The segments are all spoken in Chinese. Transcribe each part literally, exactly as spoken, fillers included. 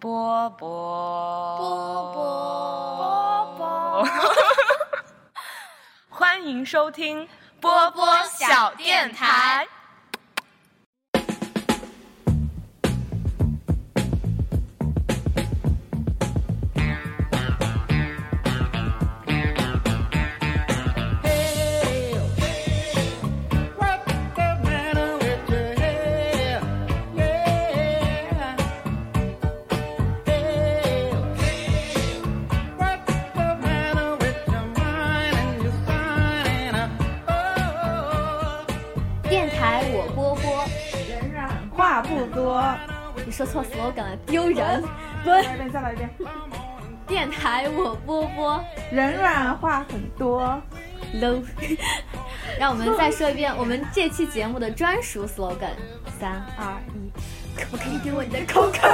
波波波波波，欢迎收听波波小电台。你说错 slogan 了，丢人！ 再来一遍，再来一遍。 电台我波波， 人软话很多 ，low。让我们再说一遍我们这期节目的专属 slogan：三二一，可不可以给我你的口口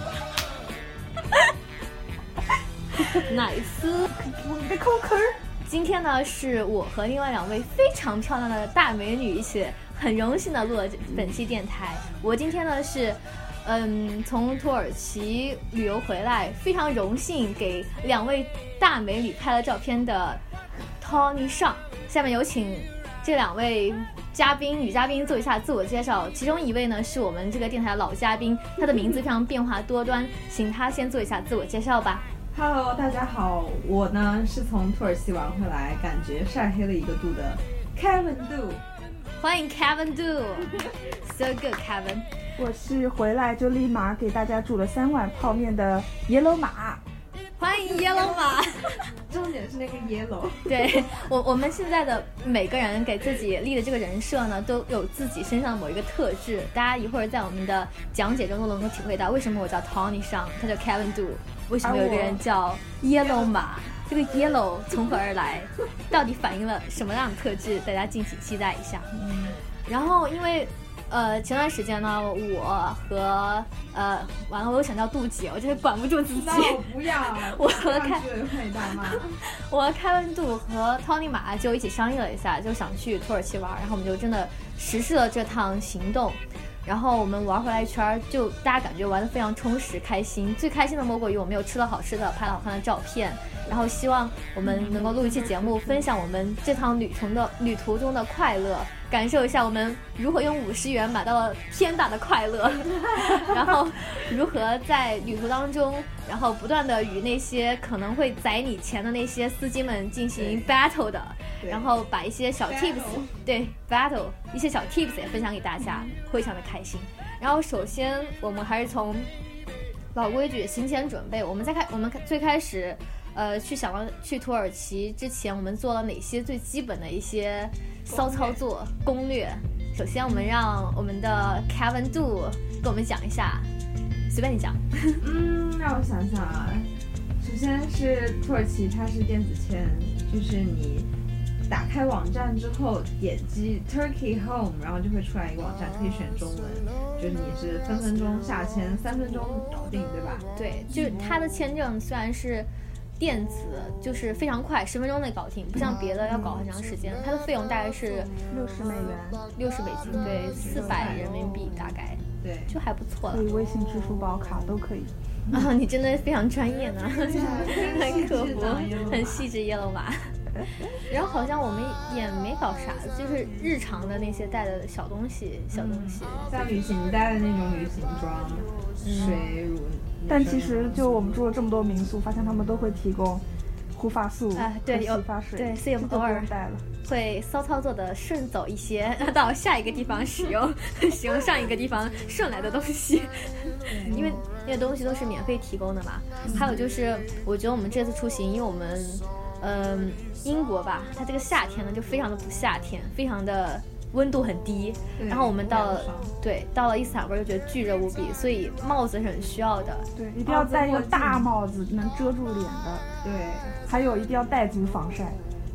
？nice， 给我你的口口。 今天呢，是我和另外两位非常漂亮的大美女一起，很荣幸的录了本期电台。我今天呢是。嗯，从土耳其旅游回来，非常荣幸给两位大美女拍了照片的 Tony 上。下面有请这两位嘉宾女嘉宾做一下自我介绍。其中一位呢是我们这个电台的老嘉宾，她的名字非常变化多端，请她先做一下自我介绍吧。 Hello， 大家好，我呢是从土耳其玩回来，感觉晒黑了一个度的 Kevin Do。 欢迎 Kevin Do，so good Kevin。 我是回来就立马给大家煮了三碗泡面的 Yellow 马， 欢迎 Yellow 马。 重点是那个 Yellow。 对我，我们现在的每个人给自己立的这个人设呢，都有自己身上的某一个特质。大家一会儿在我们的讲解中都能够体会到，为什么我叫 Tony 上，他叫 Kevin Do， 为什么有一个人叫 Yellow 马？这个 Yellow 从何而来？到底反映了什么样的特质？大家敬请期待一下。嗯，然后因为。呃，前段时间呢，我和呃，完了，我又想叫杜姐，我真是管不住自己。 那我不要， 我和开，我和开文杜和 Tony 马就一起商议了一下，就想去土耳其玩，然后我们就真的实施了这趟行动。然后我们玩回来一圈，就大家感觉玩得非常充实开心。最开心的莫过于我们又吃了好吃的，拍了好看的照片。然后希望我们能够录一期节目，分享我们这趟旅程的旅途中的快乐，感受一下我们如何用五十元买到了天大的快乐，然后如何在旅途当中，然后不断的与那些可能会宰你钱的那些司机们进行 battle 的，然后把一些小 tips， 对 battle 一些小 tips 也分享给大家，非常的开心。然后首先我们还是从老规矩行前准备，我们在开我们最开始。呃，去想到去土耳其之前，我们做了哪些最基本的一些骚操作攻略？首先，我们让我们的 Kevin Do 跟我们讲一下，随便你讲。 嗯，让我想想啊，首先是土耳其，它是电子签，就是你打开网站之后，点击 Turkey Home， 然后就会出来一个网站，可以选中文，就是你是分分钟下签，三分钟搞定，对吧？ 对，就是它的签证虽然是。电子就是非常快，十分钟内搞定，不像别的要搞很长时间。它的费用大概是六十美元， 六十美金，对，四百人民币大概， 对， 就还不错了。 可以微信、支付宝卡都可以。 啊，你真的非常专业呢，很客服，很细致 Yellow 马。然后好像我们也没搞啥，就是日常的那些带的小东西，小东西， 像旅行带的那种旅行装，水乳。但其实就我们住了这么多民宿，发现他们都会提供护发素、 啊，对， 洗发水， 对，所以我们偶尔会骚操作的顺走一些，到下一个地方使用使用上一个地方顺来的东西，因为那些东西都是免费提供的嘛。还有就是，我觉得我们这次出行，因为我们嗯、呃、英国吧，它这个夏天呢就非常的不夏天，非常的。温度很低，然后我们到了，对，到了伊斯坦布尔就觉得巨热无比，所以帽子是很需要的。 对，一定要戴一个大帽子，能遮住脸的。对，还有一定要带足防晒。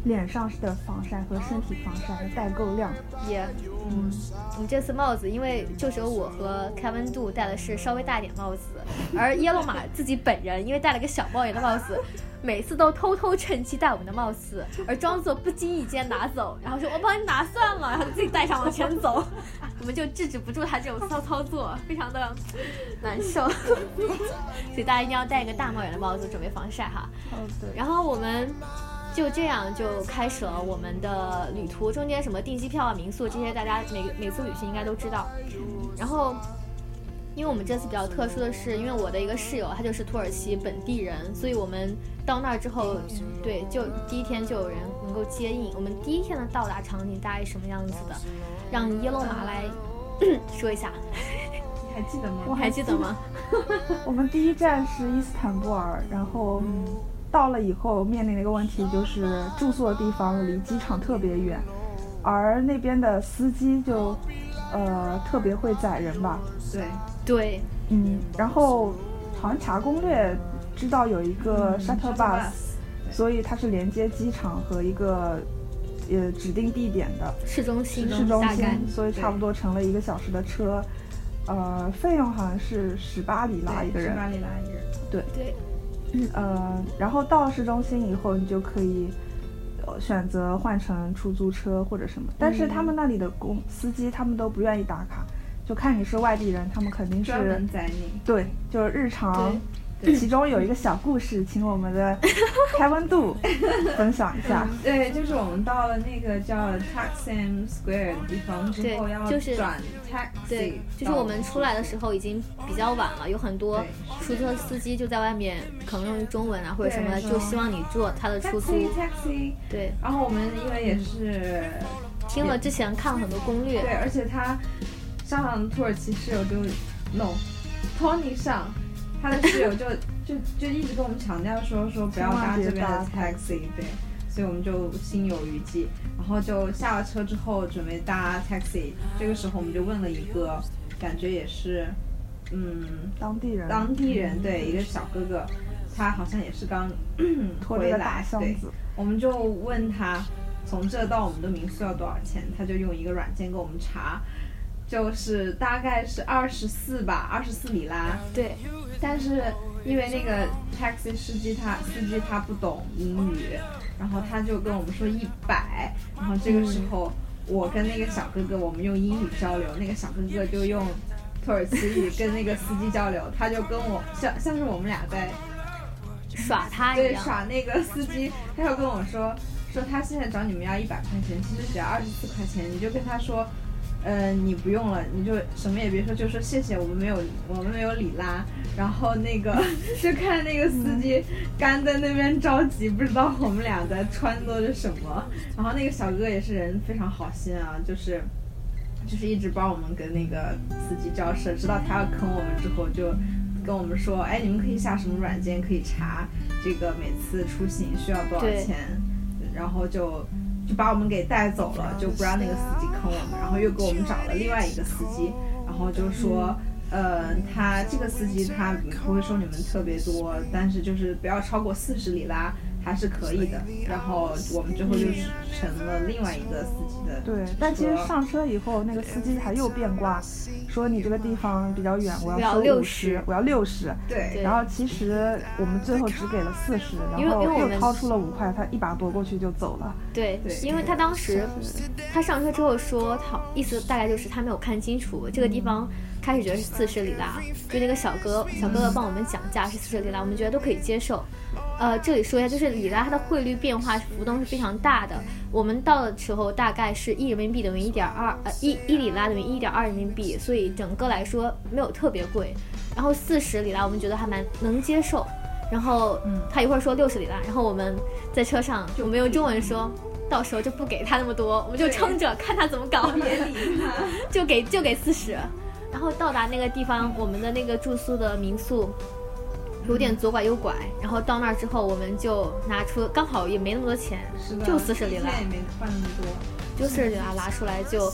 脸上的防晒和身体防晒带够亮。 也、yeah. 嗯，我们这次帽子，因为就只有我和凯文杜戴的是稍微大一点帽子，而耶洛马自己本人因为戴了个小帽檐的帽子，每次都偷偷趁机戴我们的帽子，而装作不经意间拿走，然后说我帮你拿算了，然后自己戴上往前走，我们就制止不住他这种骚操作，非常的难受。所以大家一定要戴一个大帽檐的帽子，准备防晒哈。 哦，对。 然后我们就这样就开始了我们的旅途，中间什么订机票啊、民宿这些，大家每每次旅行应该都知道。然后，因为我们这次比较特殊的是，因为我的一个室友他就是土耳其本地人，所以我们到那儿之后，对，就第一天就有人能够接应。我们第一天的到达场景大概是什么样子的？让耶洛马来说一下。 你还记得吗？ 我还记得吗？ 我们第一站是伊斯坦布尔，然后。嗯到了以后面临的一个问题就是住宿的地方离机场特别远，而那边的司机就呃特别会载人吧。 对对， 嗯，然后好像查攻略知道有一个 shuttle bus，、嗯、所以它是连接机场和一个呃指定地点的市中心， 市中心，所以差不多乘了一个小时的车，呃，费用好像是十八里拉一个人， 十八里拉一个人， 对对。 呃，然后到了市中心以后，你就可以选择换成出租车或者什么。但是他们那里的公司机，他们都不愿意打卡，就看你是外地人，他们肯定是专门载你。 对，就是日常。其中有一个小故事，请我们的开温度分享一下、 嗯。对，就是我们到了那个叫 Taksim Square 的地方之后，要转 taxi。 对，就是我们出来的时候已经比较晚了，有很多出租车司机就在外面，可能用中文啊或者什么，就希望你坐他的出租。 taxi。 对。 然后我们因为也是、嗯、 听了之前看了很多攻略。 对，而且他上土耳其室友就 no Tony 上。他的室友就就就一直跟我们强调说说不要搭这边的 taxi， 对，所以我们就心有余悸，然后就下了车之后准备搭 taxi， 这个时候我们就问了一个感觉也是嗯当地人当地人对一个小哥哥，他好像也是刚回来，对，我们就问他从这到我们的民宿要多少钱，他就用一个软件给我们查。就是大概是二十四吧，二十四里拉。 对， 但是因为那个 taxi 司机他司机他不懂英语，然后他就跟我们说一百，然后这个时候、嗯、我跟那个小哥哥我们用英语交流，那个小哥哥就用土耳其语跟那个司机交流，他就跟我像像是我们俩在耍他一样， 对，耍那个司机，他就跟我说说他现在找你们要一百块钱，其实只要二十四块钱，你就跟他说。呃，你不用了，你就什么也别说，就说谢谢，我们没有，我们没有里拉。然后那个就看那个司机干在那边着急，不知道我们俩在撺掇着什么。然后那个小哥也是人非常好心啊，就是就是一直帮我们跟那个司机交涉，直到他要坑我们之后，就跟我们说，哎，你们可以下什么软件可以查这个每次出行需要多少钱，然后就。就把我们给带走了，就不让那个司机坑我们，然后又给我们找了另外一个司机，然后就说，呃，他这个司机他不会收你们特别多，但是就是不要超过四十里拉，还是可以的。然后我们最后就成了另外一个司机的。 对，但其实上车以后，那个司机还又变卦，说你这个地方比较远，我要收五十，我要六十。 对。 然后其实我们最后只给了四十，然后又掏出了五块，他一把夺过去就走了。 对，对，因为他当时他上车之后说，他意思大概就是他没有看清楚这个地方。开始觉得是四十里拉，就那个小哥小哥哥帮我们讲价是四十里拉，我们觉得都可以接受。呃，这里说一下，就是里拉它的汇率变化浮动是非常大的。我们到的时候大概是一人民币等于一点二，呃一一里拉等于一点二人民币，所以整个来说没有特别贵。然后四十里拉我们觉得还蛮能接受。然后他一会儿说六十里拉，然后我们在车上我们用中文说。到时候就不给他那么多，我们就撑着看他怎么搞， 别理他， 就给就给四十。然后到达那个地方，我们的那个住宿的民宿有点左拐右拐，然后到那儿之后，我们就拿出刚好也没那么多钱，就四十里拉， 也没换那么多， 就四十里拉拿出来就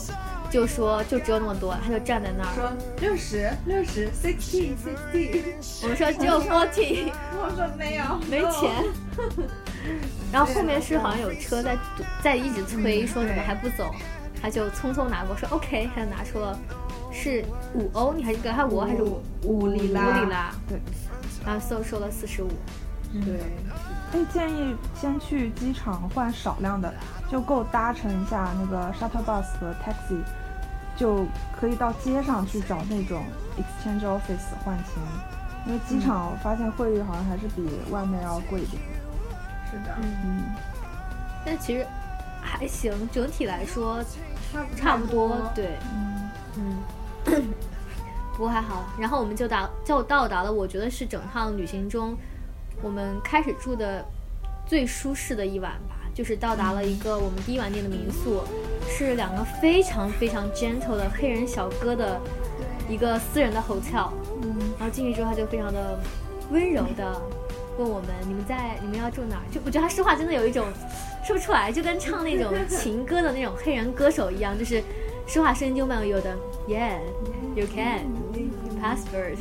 就说就只有那么多，他就站在那儿说六十六十 sixty sixty， 我们说只有 forty， 我说没有没钱。然后后面是好像有车在在一直催说怎么还不走，他就匆匆拿过说 OK， 他就拿出了是五欧，你还给他五欧还是五五里拉？ 五里拉， 对， 然后收收了四十五。 对， 可以建议先去机场换少量的，就够搭乘一下那个 shuttle bus 和 taxi， 就可以到街上去找那种 exchange office 换钱，因为机场我发现汇率好像还是比外面要贵一点。 是的， 嗯，但其实还行，整体来说差差不多，对， 嗯嗯，不过还好。然后我们就达就到达了，我觉得是整趟旅行中我们开始住的最舒适的一晚吧，就是到达了一个我们第一晚订的民宿，是两个非常非常 gentle 的黑人小哥的一个私人的 hotel，嗯，然后进去之后他就非常的温柔的问我们你们在你们要住哪儿，就我觉得他说话真的有一种说不出来，就跟唱那种情歌的那种黑人歌手一样，就是说话声音就慢悠悠的 Yeah you can password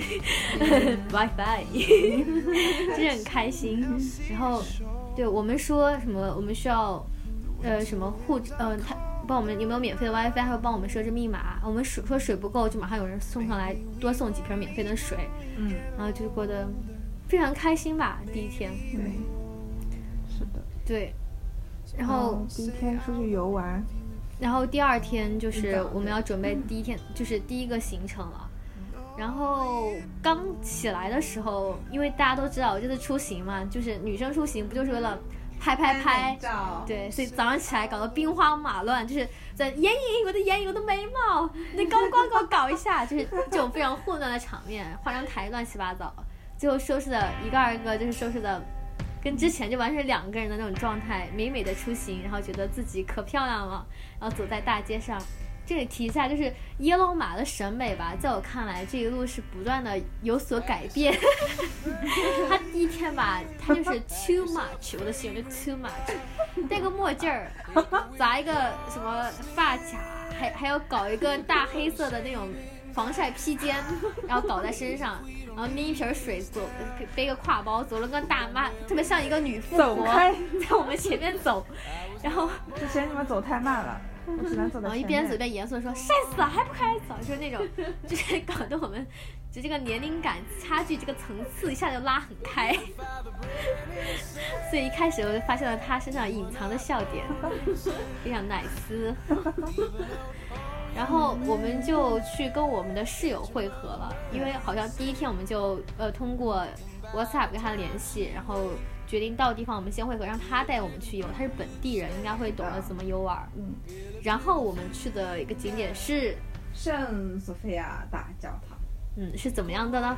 Wi-Fi 真的很开心。然后对我们说什么我们需要呃什么护呃他帮我们有没有免费的 WiFi， 还会帮我们设置密码，我们水说水不够就马上有人送上来多送几瓶免费的水， 嗯， 然后就过得非常开心吧第一天。 对， 是的， 对，然后第一天出去游玩， 然后第二天就是我们要准备第一天就是第一个行程了。然后刚起来的时候，因为大家都知道我这次出行嘛，就是女生出行不就是为了拍拍拍，对，所以早上起来搞得兵荒马乱，就是在眼影我的眼影我的眉毛，你的高光给我搞一下，就是这种非常混乱的场面，化妆台乱七八糟，最后收拾的一个二个就是收拾的跟之前就完全两个人的那种状态，美美的出行，然后觉得自己可漂亮了，然后走在大街上。这里提一下，就是耶路马的审美吧，在我看来这一路是不断的有所改变。他第一天吧，他就是 too much， 我的形容就 too much， 戴个墨镜儿，砸一个什么发卡，还还要搞一个大黑色的那种防晒披肩，然后搞在身上，然后拎一瓶水走，背个挎包，走了个大妈，特别像一个女富婆，在我们前面走，然后之前你们走太慢了。我只能走在前面， 然后一边走一边严肃地说晒死了还不开始走，就是那种就是搞得我们就这个年龄感差距这个层次一下就拉很开。所以一开始我就发现了他身上隐藏的笑点，非常奶丝。然后我们就去跟我们的室友会合了，因为好像第一天我们就呃通过 WhatsApp 跟他联系，然后决定到地方我们先会合，让他带我们去游，他是本地人，应该会懂得怎么游玩。嗯，然后我们去的一个景点是圣索菲亚大教堂。 嗯，是怎么样的呢？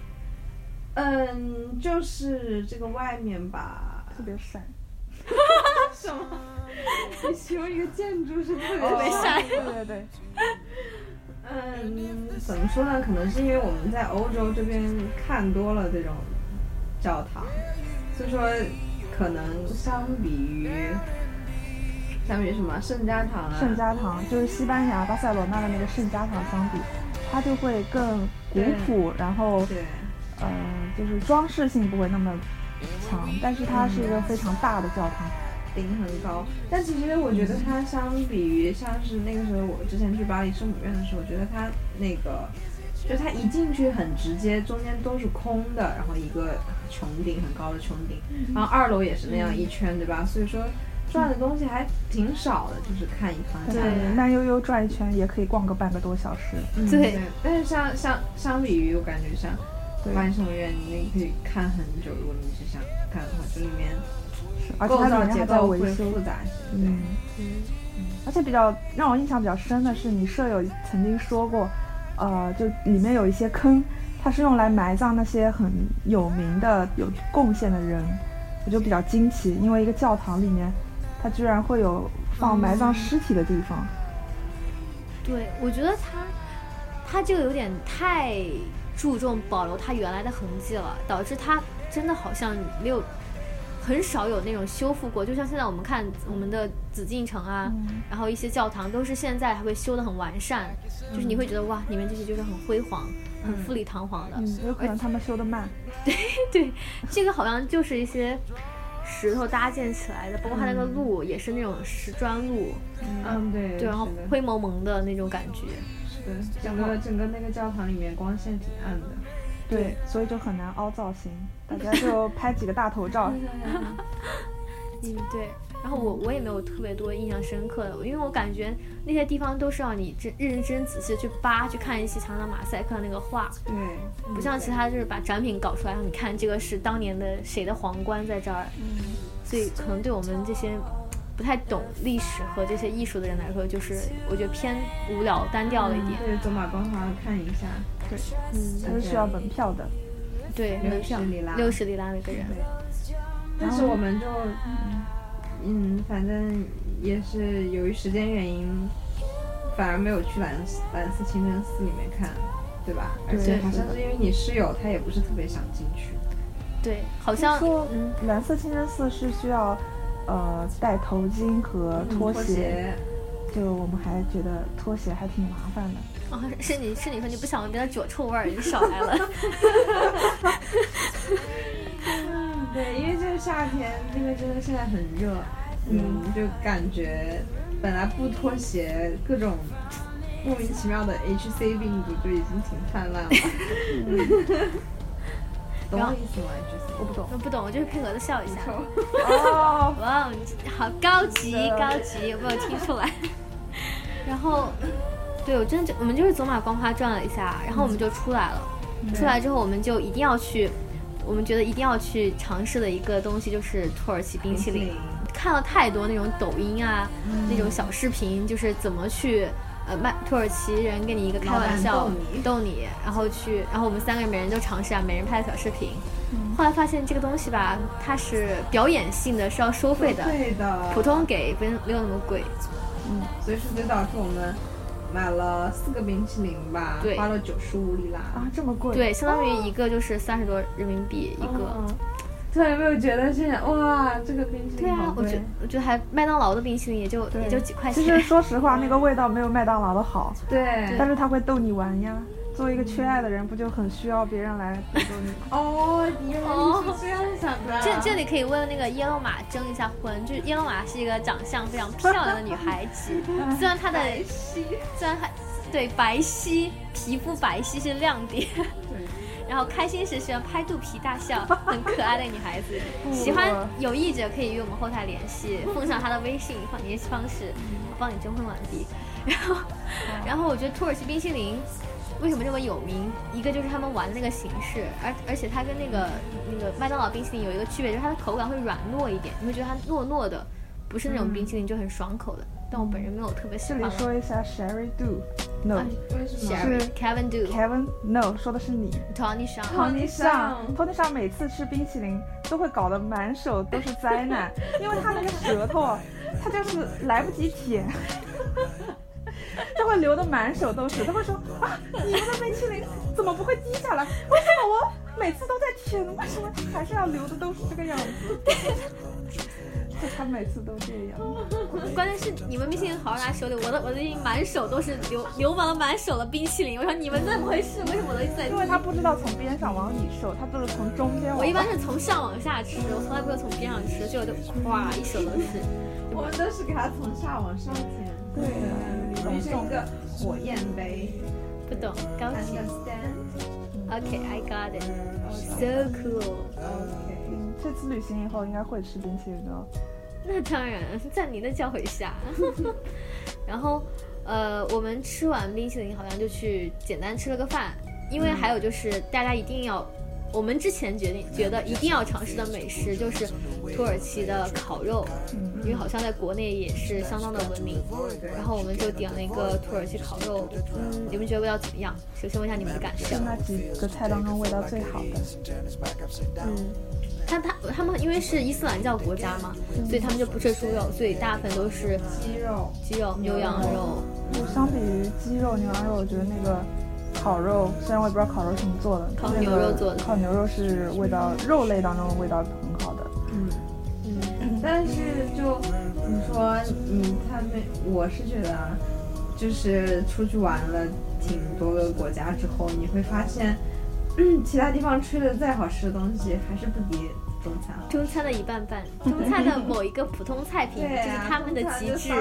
嗯，就是这个外面吧， 特别闪。 什么？你形容一个建筑是特别闪？ 对对对。 嗯，怎么说呢？可能是因为我们在欧洲这边看多了这种教堂，所以说可能相比于相比于什么圣家堂啊， 圣家堂就是西班牙巴塞罗那的那个圣家堂相比，它就会更古朴，然后对， 呃，就是装饰性不会那么强，但是它是一个非常大的教堂。 顶很高，但其实我觉得它相比于像是那个时候我之前去巴黎圣母院的时候，我觉得它那个就它一进去很直接，中间都是空的，然后一个穹顶很高的穹顶，然后二楼也是那样一圈，对吧？所以说转的东西还挺少的，就是看一看， 对，慢悠悠转一圈也可以逛个半个多小时。 嗯、对, 对，但是像像相比于我感觉像巴黎圣母院，你可以看很久，如果你是想看的话，就里面。 而且它里面还在维修， 嗯嗯，而且比较让我印象比较深的是，你舍友曾经说过，呃，就里面有一些坑，它是用来埋葬那些很有名的、有贡献的人，我就比较惊奇，因为一个教堂里面，它居然会有放埋葬尸体的地方。 嗯、对，我觉得它，它这个有点太注重保留它原来的痕迹了，导致它真的好像没有。 很少有那种修复过，就像现在我们看我们的紫禁城啊、嗯、然后一些教堂都是现在还会修得很完善、嗯、就是你会觉得哇里面这些就是很辉煌、嗯、很富丽堂皇的。 嗯，有可能他们修得慢。 对对，这个好像就是一些石头搭建起来的，包括它那个路也是那种石砖路。 嗯，对对，然后灰蒙蒙的那种感觉。 是的，整个整个那个教堂里面光线挺暗的。 对，所以就很难凹造型，大家就拍几个大头照。 嗯，对。然后我我也没有特别多印象深刻的，因为我感觉那些地方都是要你真认真仔细去扒去看一些墙上马赛克的那个画。 对， 不像其他就是把展品搞出来，让你看这个是当年的谁的皇冠在这儿。嗯，所以可能对我们这些不太懂历史和这些艺术的人来说，就是我觉得偏无聊单调了一点。 对，走马观花看一下。 对，嗯，它是需要门票的。 对，门票六十里拉每个人。 但是我们就嗯嗯，反正也是由于时间原因，反而没有去蓝蓝色清真寺里面看，对吧？而且好像是因为你室友他也不是特别想进去。 对，好像说嗯，蓝色清真寺是需要呃戴头巾和拖鞋，嗯、拖鞋就我们还觉得拖鞋还挺麻烦的。 哦，是你是你说你不想闻点脚臭味儿，你少来了。 嗯，对，因为这个夏天，因为真的现在很热，嗯，就感觉本来不脱鞋，各种莫名其妙的 H C 病毒就已经挺泛滥了。嗯懂我意思吗？我不懂， 我不懂，我就是配合的笑一下。 哦， 哇，好高级高级，有没有听出来？然后，对我真的我们就是走马观花转了一下，然后我们就出来了。嗯、出来之后，我们就一定要去，我们觉得一定要去尝试的一个东西就是土耳其冰淇淋。看了太多那种抖音啊，嗯、那种小视频，就是怎么去。呃，麦土耳其人给你一个开玩笑逗你， 逗你，然后去，然后我们三个人每人都尝试啊，每人拍了小视频。嗯、后来发现这个东西吧，它是表演性的，是要收费的， 对的， 普通给不没有那么贵。 嗯，所以说就导致我们买了四个冰淇淋吧，对，花了九十五里拉啊，这么贵？ 对，相当于一个就是三十多人民币一个。 哦突然有没有觉得现在哇，这个冰淇淋好贵？ 对啊，我觉我觉得还麦当劳的冰淇淋也就也就几块钱。 其实说实话，那个味道没有麦当劳的好。 对。 但是它会逗你玩呀。作为一个缺爱的人，不就很需要别人来逗逗你？ 哦，原来你是这样想的、啊。 这这里可以问那个耶路马征一下婚，就是耶路马是一个长相非常漂亮的女孩子，虽然她的虽然她对白皙皮肤白皙是亮点。对。然后开心时喜欢拍肚皮大笑，很可爱的女孩子。喜欢有意者可以与我们后台联系，奉上她的微信联系方式，我帮你征婚完毕。然后，然后我觉得土耳其冰淇淋为什么这么有名？一个就是他们玩的那个形式，而而且它跟那个那个麦当劳冰淇淋有一个区别，就是它的口感会软糯一点，你会觉得它糯糯的，不是那种冰淇淋就很爽口的。但我本人没有特别喜欢。 这里说一下 Sherry Do。No，、 啊、为什么？ 是 Kevin Do。Kevin No， 说的是你。 Tony Shang。Tony Shang。Tony Shang 每次吃冰淇淋都会搞得满手都是灾难，因为他那个舌头啊，他就是来不及舔，就会流得满手都是。他会说啊，你们的冰淇淋怎么不会滴下来？为什么我每次都在舔，为什么还是要流的都是这个样子？就他每次都这样。 关键是你们冰淇淋好好拿手里，我的我的已经满手都是流流满了满手的冰淇淋。我说你们怎么回事？为什么我都一直在？ 因为他不知道从边上往里收，他都是从中间往。 我一般是从上往下吃，我从来不会从边上吃，结果就哗一手都是。 我们都是给他从下往上舔。 对的， 你是一个火焰杯。 不懂，高级。Okay, I got it. So cool. Okay. 这次旅行以后应该会吃冰淇淋哦。 那当然，在您的教诲下。然后，呃，我们吃完冰淇淋，好像就去简单吃了个饭，因为还有就是大家一定要，我们之前决定觉得一定要尝试的美食就是土耳其的烤肉，因为好像在国内也是相当的闻名。然后我们就点了一个土耳其烤肉，嗯，你们觉得味道怎么样？首先问一下你们的感受。 是那几个菜当中味道最好的。 嗯。他他他们因为是伊斯兰教国家嘛，嗯、所以他们就不吃猪肉，所以大部分都是鸡肉、 鸡肉、牛羊肉。 就相比于鸡肉、牛羊肉，我觉得那个烤肉，虽然我也不知道烤肉是怎么做的， 烤牛肉做的， 烤牛肉是味道肉类当中味道很好的。 嗯， 但是就怎么说，你他们我是觉得啊，就是出去玩了挺多个国家之后，你会发现，嗯，其他地方吃的再好吃的东西还是不敌中餐。 中餐的一半半，中餐的某一个普通菜品就是他们的极致。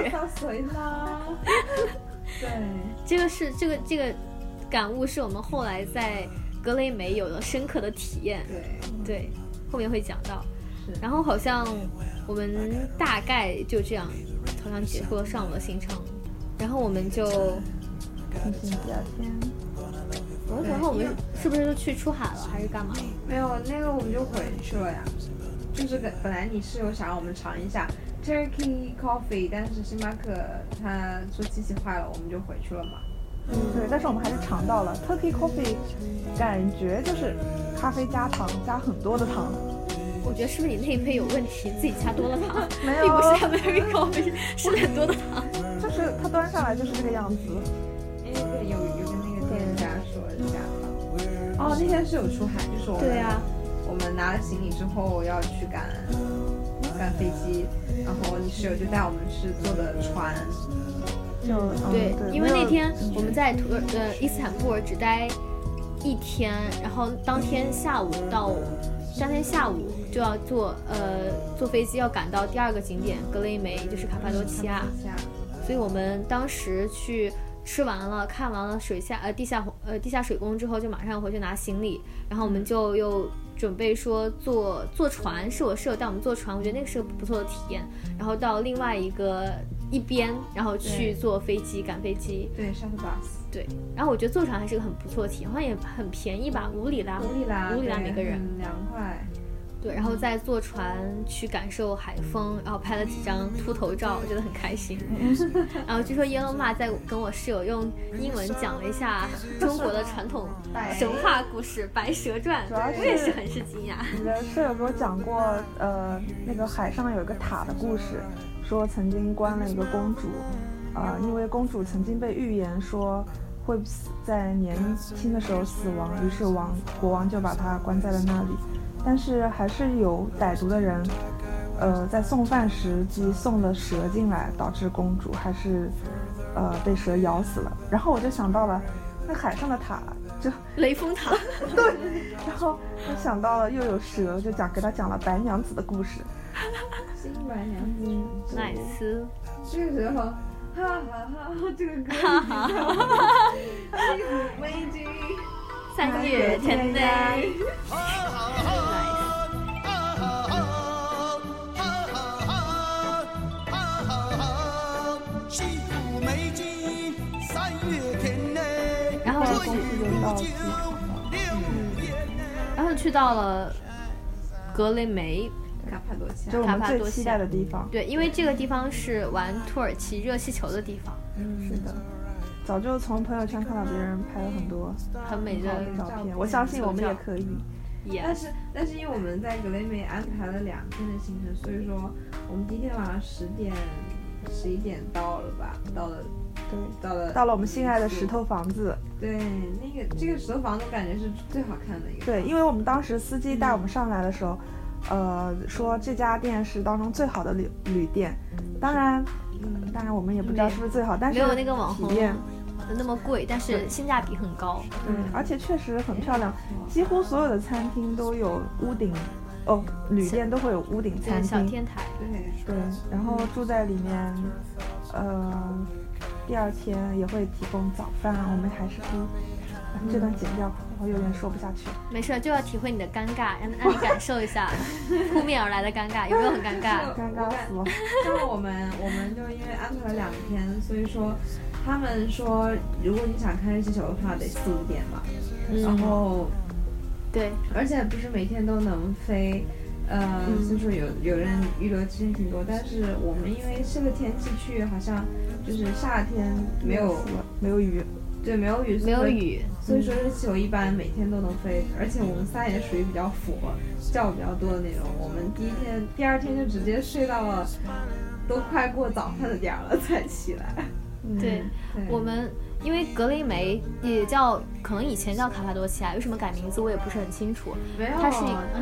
对， 这个是这个这个感悟是我们后来在格雷梅有了深刻的体验。 对对，后面会讲到。然后好像我们大概就这样，好像结束了上午的行程，然后我们就进行第二天。 然后我们是不是就去出海了，还是干嘛？ 没有，那个我们就回去了呀。就是本来你室友想让我们尝一下 Turkey Coffee， 但是星巴克他说机器坏了，我们就回去了嘛。 嗯，对，但是我们还是尝到了 Turkey Coffee， 感觉就是咖啡加糖，加很多的糖。 我觉得是不是你那一杯有问题，自己加多了糖？ 没有， 并不是 American Coffee 是很多的糖， 就是它端上来就是这个样子。 哎，对，有有跟那个店家说加糖。哦，那天是有出海，就是我们对啊， 我们拿了行李之后要去赶赶飞机，然后你室友就带我们去坐的船。 就对， 嗯、对因为那天我们在土耳呃伊斯坦布尔只待一天，然后当天下午到。当天下午就要坐呃坐飞机要赶到第二个景点格雷梅，就是卡帕多奇亚，所以我们当时去吃完了看完了水下呃地下呃地下水宫之后，就马上回去拿行李，然后我们就又准备说坐坐船，是我室友带我们坐船，我觉得那个是个不错的体验，然后到另外一个一边，然后去坐飞机赶飞机， 对 shuttle bus， 对，然后我觉得坐船还是个很不错的体验，好像也很便宜吧，五里拉， 五里拉， 五里拉每个人， 凉快。 对，然后再坐船去感受海风，然后拍了几张秃头照，我觉得很开心。然后据说耶罗玛在跟我室友用英文讲了一下中国的传统神话故事《白蛇传》，我也是很是惊讶。 你的舍友给我讲过，呃，那个海上有一个塔的故事，说曾经关了一个公主，呃，因为公主曾经被预言说会在年轻的时候死亡，于是王国王就把她关在了那里。但是还是有歹毒的人，呃，在送饭时即送了蛇进来，导致公主还是，呃，被蛇咬死了。然后我就想到了，那海上的塔就雷峰塔， 对。然后我想到了又有蛇，就讲给他讲了白娘子的故事。 新白娘子， 奈斯。 这个时候，哈哈哈，这个歌， 哈哈哈， 美景。 三月天内。然后去，然后去到了格雷梅， 卡帕多奇亚， 就我们最期待的地方。 对，因为这个地方是玩土耳其热气球的地方。 嗯，是的。早就从朋友圈看到别人拍了很多很美的照片，我相信我们也可以。 Yeah. 但是但是因为我们在格雷梅安排了两天的行程，所以说我们第一天晚上十点、十一点到了吧？到了， 对， 到了到了我们心爱的石头房子。 对，那个这个石头房子感觉是最好看的一个。 对，因为我们当时司机带我们上来的时候，嗯、呃，说这家店是当中最好的旅旅店。当然，嗯，当然我们也不知道是不是最好，但是没有那个网红体验。 那么贵，但是性价比很高。 对，而且确实很漂亮，几乎所有的餐厅都有屋顶，哦，旅店都会有屋顶餐厅， 小天台。 对对，然后住在里面，呃，第二天也会提供早饭，我们还是可以这段剪掉，我有点说不下去。 没事，就要体会你的尴尬，让让你感受一下扑面而来的尴尬，有没有很尴尬？ 尴尬死了。 像我们，我们就因为安排了两天，所以说。他们说，如果你想看热气球的话，得四五点嘛。嗯、然后， 对， 而且不是每天都能飞，呃，嗯、所以说有有人预留时间挺多。但是我们因为这个天气去，好像就是夏天没有没有雨， 对，没有雨， 没有雨， 所以说热气球一般每天都能飞。而且我们仨也属于比较腐，觉比较多的那种。我们第一天、第二天就直接睡到了都快过早饭的点了才起来。 对， 嗯、 我们因为格雷梅也叫，可能以前叫卡帕多奇亚，为什么改名字我也不是很清楚。 没有， 它是一个， 嗯、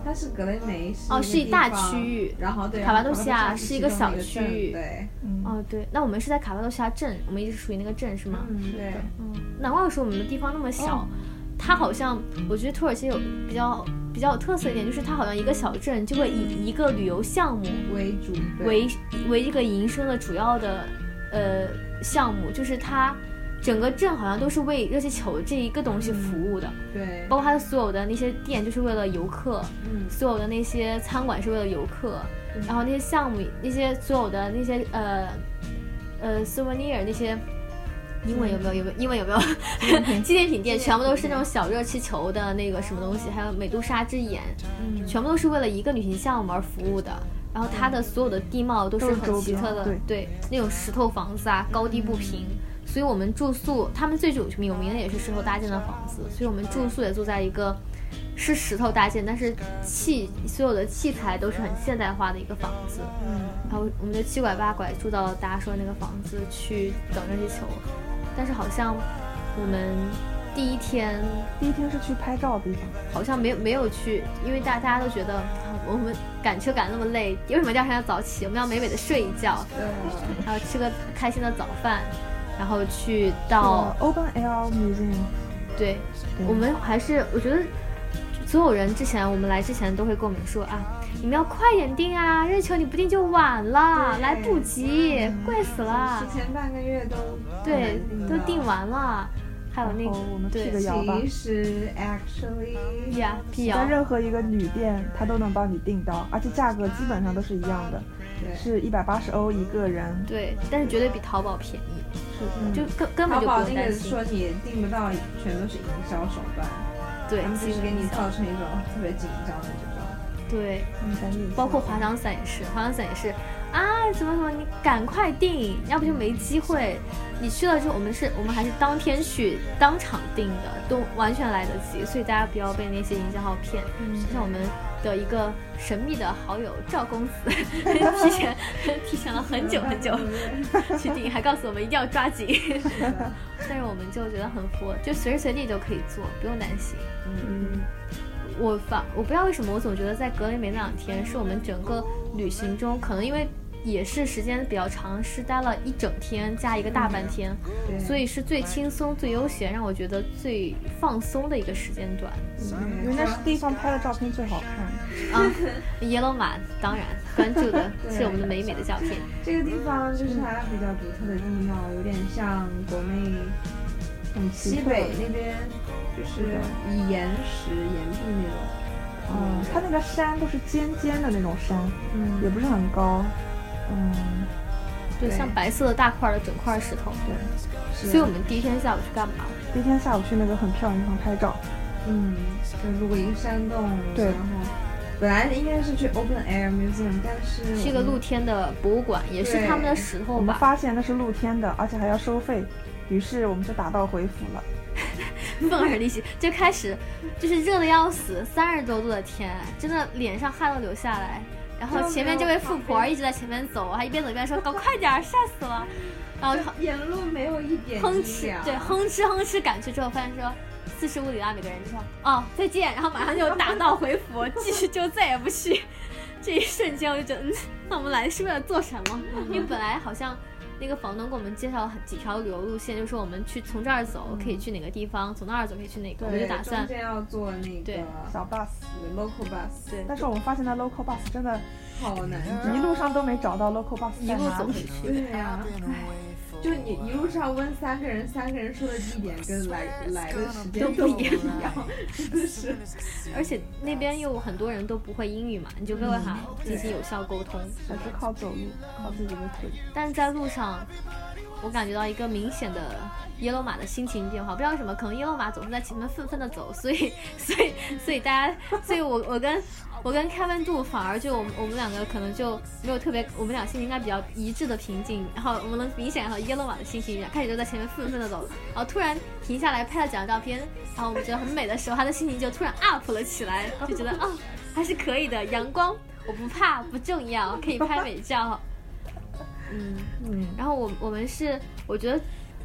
它是格雷梅是哦，是一大区域， 然后对， 卡巴多西亚是一个小区域， 对， 嗯，哦对，那我们是在卡巴多西亚镇，我们一直属于那个镇是吗？ 嗯，对， 嗯，难怪说我们的地方那么小，哦、它好像我觉得土耳其有比较比较有特色一点，就是它好像一个小镇就会以一个旅游项目为主， 为为这个营生的主要的呃项目，就是它。整个镇好像都是为热气球这一个东西服务的， 嗯、对， 包括它的所有的那些店就是为了游客， 嗯， 所有的那些餐馆是为了游客，嗯、然后那些项目那些所有的那些呃呃 souvenir 那些英文有没有有没有英文有没有纪念品店全部都是那种小热气球的那个什么东西，还有美杜莎之眼，嗯，全部都是为了一个旅行项目而服务的。然后它的所有的地貌都是很奇特的， 对, 对，那种石头房子啊，高低不平。嗯，所以我们住宿，他们最有有名的也是石头搭建的房子，所以我们住宿也住在一个是石头搭建，但是器所有的器材都是很现代化的一个房子。嗯，然后我们就七拐八拐住到大家说的那个房子去等热气球，但是好像我们第一天第一天是去拍照的地方， 好像没有没有去，因为大大家都觉得我们赶车赶那么累，为什么第二天要早起？我们要美美的睡一觉， 嗯， 然后吃个开心的早饭。然后去到 Open Air Museum， 对，我们还是我觉得所有人之前我们来之前都会跟我们说啊，你们要快点订啊，热气球你不订就晚了，来不及，嗯、贵死了， 提前半个月都对都订完了。还有那个， 我们辟个谣吧。 其实 actually， 呀，辟谣。 在任何一个旅店，它都能帮你订到，而且价格基本上都是一样的，是一百八十欧一个人。 对，但是绝对比淘宝便宜。 是， 嗯、就根根本就不用担心。 淘宝那个说你订不到，全都是营销手段。 对， 他们就是给你造成一种特别紧张的这种。 对，嗯，包括滑翔伞也是，滑翔伞也是。啊，怎么怎么，你赶快订，要不就没机会。你去了之后，我们是我们还是当天去当场订的，都完全来得及，所以大家不要被那些营销号骗。嗯，像我们的一个神秘的好友赵公子，提前提前了很久很久去订，还告诉我们一定要抓紧。但是我们就觉得很服，就随时随地都可以做，不用担心。嗯。我反我不知道为什么，我总觉得在格雷梅那两天是我们整个旅行中，可能因为也是时间比较长，是待了一整天加一个大半天， 嗯、 所以是最轻松、最悠闲，让我觉得最放松的一个时间段。 嗯，因为那地方拍的照片最好看。 啊，耶罗马当然关注的是我们的美美的照片。 这个地方就是它比较独特的地貌，有点像国内很西北那边。就是以岩石、岩壁那种， 嗯，它那个山都是尖尖的那种山，嗯，也不是很高，嗯， 对，像白色的大块的整块石头， 对。 所以我们第一天下午去干嘛？ 第一天下午去那个很漂亮的地方拍照， 嗯，就路过一个山洞， 对， 然后本来应该是去 Open Air Museum， 但是是一个露天的博物馆，也是他们的石头吧。 我们发现那是露天的，而且还要收费，于是我们就打道回府了。 愤而离席，就开始就是热的要死，三十多度的天，真的脸上汗都流下来。然后前面这位富婆一直在前面走，还一边走一边说：“搞快点，晒死了。”然后沿路没有一点哼哧，对，哼哧哼哧赶去之后，发现说四十五里啦，每个人就说：“哦，再见。”然后马上就打道回府，继续就再也不去。这一瞬间我就觉得，嗯，那我们来是为了做什么？因为本来好像。那个房东给我们介绍了几条旅游路线，就说我们去从这儿走、嗯、可以去哪个地方，从那儿走可以去哪个，我们就打算中间要坐那个小 bus local bus， 对。 但是我们发现那 local bus 真的好难找， 一路上都没找到 local bus， 一路走回去。 对呀、啊，就你一路上问三个人，三个人说的地点跟来来的时间都不一样， 真的是。 而且那边又很多人都不会英语嘛，你就没办法进行有效沟通， 还是靠走路，靠自己的腿。 但是在路上，我感觉到一个明显的耶罗马的心情变化，不知道为什么，可能耶罗马总是在前面愤愤的走，所以，所以，所以大家，所以我我跟。我跟开温度反而就我们我们两个可能就没有特别，我们俩心情应该比较一致的平静，然后我们能明显看到耶罗马的心情一样，开始就在前面愤愤的走，然后突然停下来拍了几张照片，然后我们觉得很美的时候，他的心情就突然 up 了起来，就觉得啊、哦、还是可以的，阳光我不怕，不重要，可以拍美照。嗯嗯，然后我我们是我觉得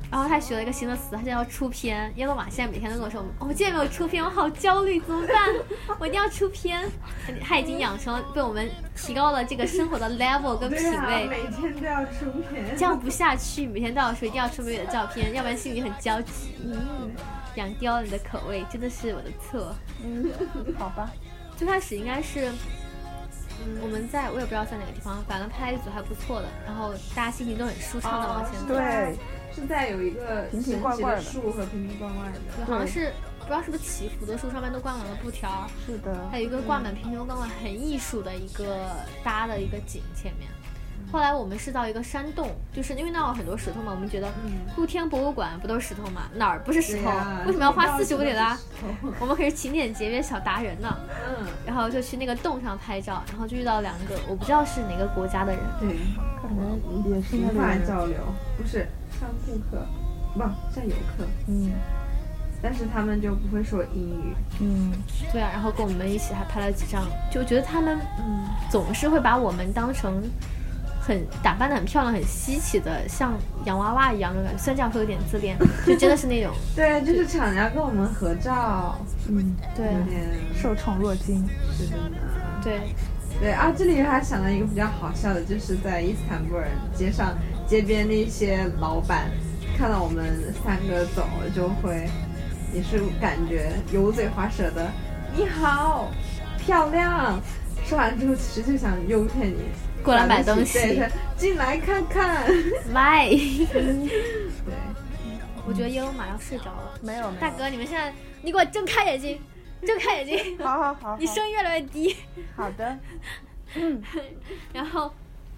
然后他学了一个新的词，他叫出片。耶罗马现在每天都跟我说，我、哦、今天没有出片，我好焦虑，怎么办？我一定要出片。他已经养成了被我们提高了这个生活的 level 跟品味。 对啊，每天都要出片， 这样不下去，每天都要说一定要出美美的照片，要不然心里很焦急。嗯，养刁了你的口味，真的是我的错。 嗯，好吧。 最开始应该是。嗯，我们在我也不知道在哪个地方，反正拍了一组还不错的，然后大家心情都很舒畅的往前走。 哦、对， 是在有一个瓶瓶罐罐的树和瓶瓶罐罐的， 对，好像是不知道是不是祈福的树，上面都挂满了布条。 是的， 还有一个挂满瓶瓶罐罐很艺术的一个搭的一个景前面。后来我们是到一个山洞，就是因为那有很多石头嘛，我们觉得露天博物馆不都是石头嘛，哪儿不是石头？ 啊、 为什么要花四十五里拉？我们可是勤俭节约小达人呢。 嗯， 然后就去那个洞上拍照，然后就遇到两个我不知道是哪个国家的人， 对， 可能也是无法交流，不是上顾客，不像游客， 嗯。 但是他们就不会说英语， 嗯，对啊，然后跟我们一起还拍了几张，就觉得他们嗯总是会把我们当成很打扮的很漂亮、很稀奇的，像洋娃娃一样的感觉。虽然这样会有点自恋，就真的是那种对，就是抢着要跟我们合照， 嗯， 对， 有点受宠若惊， 是的呢， 对。 对啊，这里还想到一个比较好笑的，就是在伊斯坦布尔街上街边那些老板看到我们三个走，就会也是感觉油嘴滑舌的，你好，漂亮。说完之后，其实就想诱骗你过来买东西， 对，进来看看， 买。 对， 我觉得耶罗马要睡着了。 没有， 大哥，你们现在，你给我睁开眼睛。睁开眼睛， 好好好， 你声音越来越低。 好的，嗯， 然后，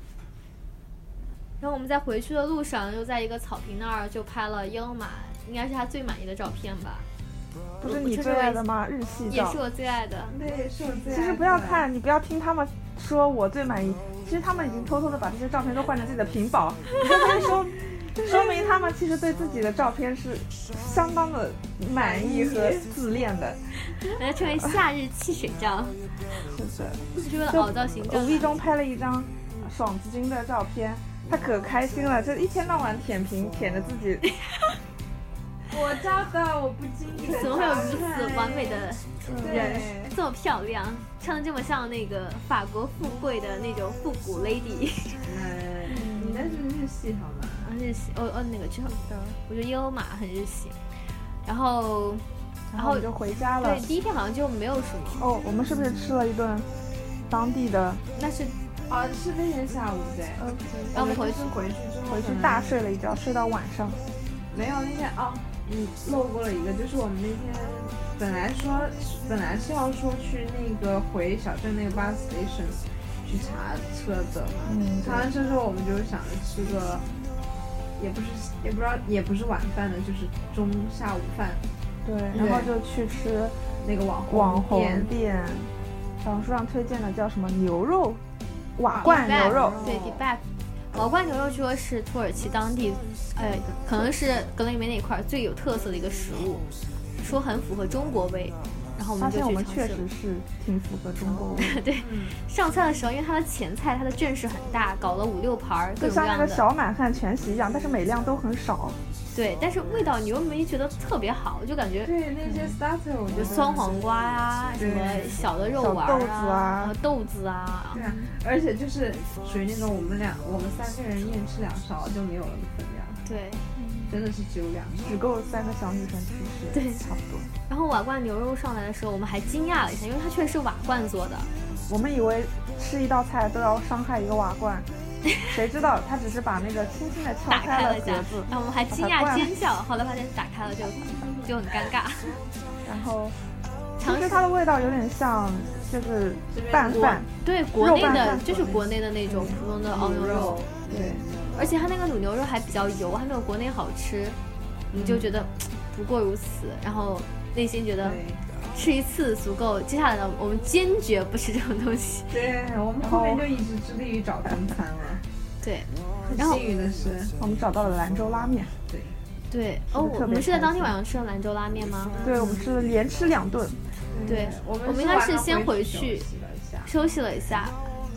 然后我们在回去的路上，又在一个草坪那儿就拍了耶罗马，应该是他最满意的照片吧？ 不是你最爱的吗？日系照也是我最爱的。 对，是我最爱的。 其实不要看，你不要听他们说我最满意，其实他们已经偷偷的把这些照片都换成自己的屏保，你就可以说。说明他们其实对自己的照片是相当的满意和自恋的， 把它称为夏日汽水照。 是的， 就是为了凹造型照。 无意中拍了一张爽子君的照片，他可开心了，就一天到晚舔屏舔着自己。 我照的，我不经意的。 怎么会有如此完美的人，这么漂亮，穿的这么像那个法国富贵的那种复古 lady。 嗯，你那是日系好吗？ 日系，哦哦，那个之后，我觉得耶罗马很日系，然后， 然后就回家了。 对，第一天好像就没有什么。 哦，我们是不是吃了一顿当地的？ 那是， 哦，是那天下午对。 OK。然后我们回去回去之后， 回去大睡了一觉，睡到晚上。 没有那天哦，你漏过了一个，就是我们那天本来说本来是要说去那个回小镇那个 bus station 去查车的嘛， 嗯， 查完车之后我们就想着吃个。也不是也不知道也不是晚饭的，就是中下午饭。 对，然后就去吃那个网红网红店，小红书上推荐的叫什么牛肉瓦罐牛肉， 对 ，Dibab 瓦罐牛肉说是土耳其当地，呃，可能是格林梅那一块最有特色的一个食物，说很符合中国味。然后我们就发现我们确实是挺符合中国味。 对，嗯、上菜的时候，因为它的前菜它的阵势很大，搞了五六盘，各种各样的， 就像那个小满汉全席一样，但是每量都很少。 对，但是味道你又没觉得特别好，就感觉对那些 starter，我觉得酸黄瓜呀、啊，什么小的肉丸啊， 豆子啊，豆子啊。 对啊，而且就是属于那种我们俩我们三个人一人吃两勺就没有了的分量。 对。 真的是只有两只够三个小女生去吃， 对， 差不多。 然后瓦罐牛肉上来的时候，我们还惊讶了一下，因为它确实是瓦罐做的。 我们以为吃一道菜都要伤害一个瓦罐，谁知道他只是把那个轻轻的敲开了格子， 然后我们还惊讶尖叫，后来发现打开了就就很尴尬。 然后，其实它的味道有点像就是拌饭， 对，国内的就是国内的那种普通的熬牛肉， 对。 而且它那个卤牛肉还比较油，还没有国内好吃，你就觉得不过如此，然后内心觉得吃一次足够，接下来呢，我们坚决不吃这种东西。 对，我们后面就一直致力于找中餐了。 对， 然后幸运的是， 我们找到了兰州拉面。 对， 对，哦，我们是在当天晚上吃了兰州拉面吗？ 对，我们吃了连吃两顿。 对， 我们我们应该是先回去休息了一下。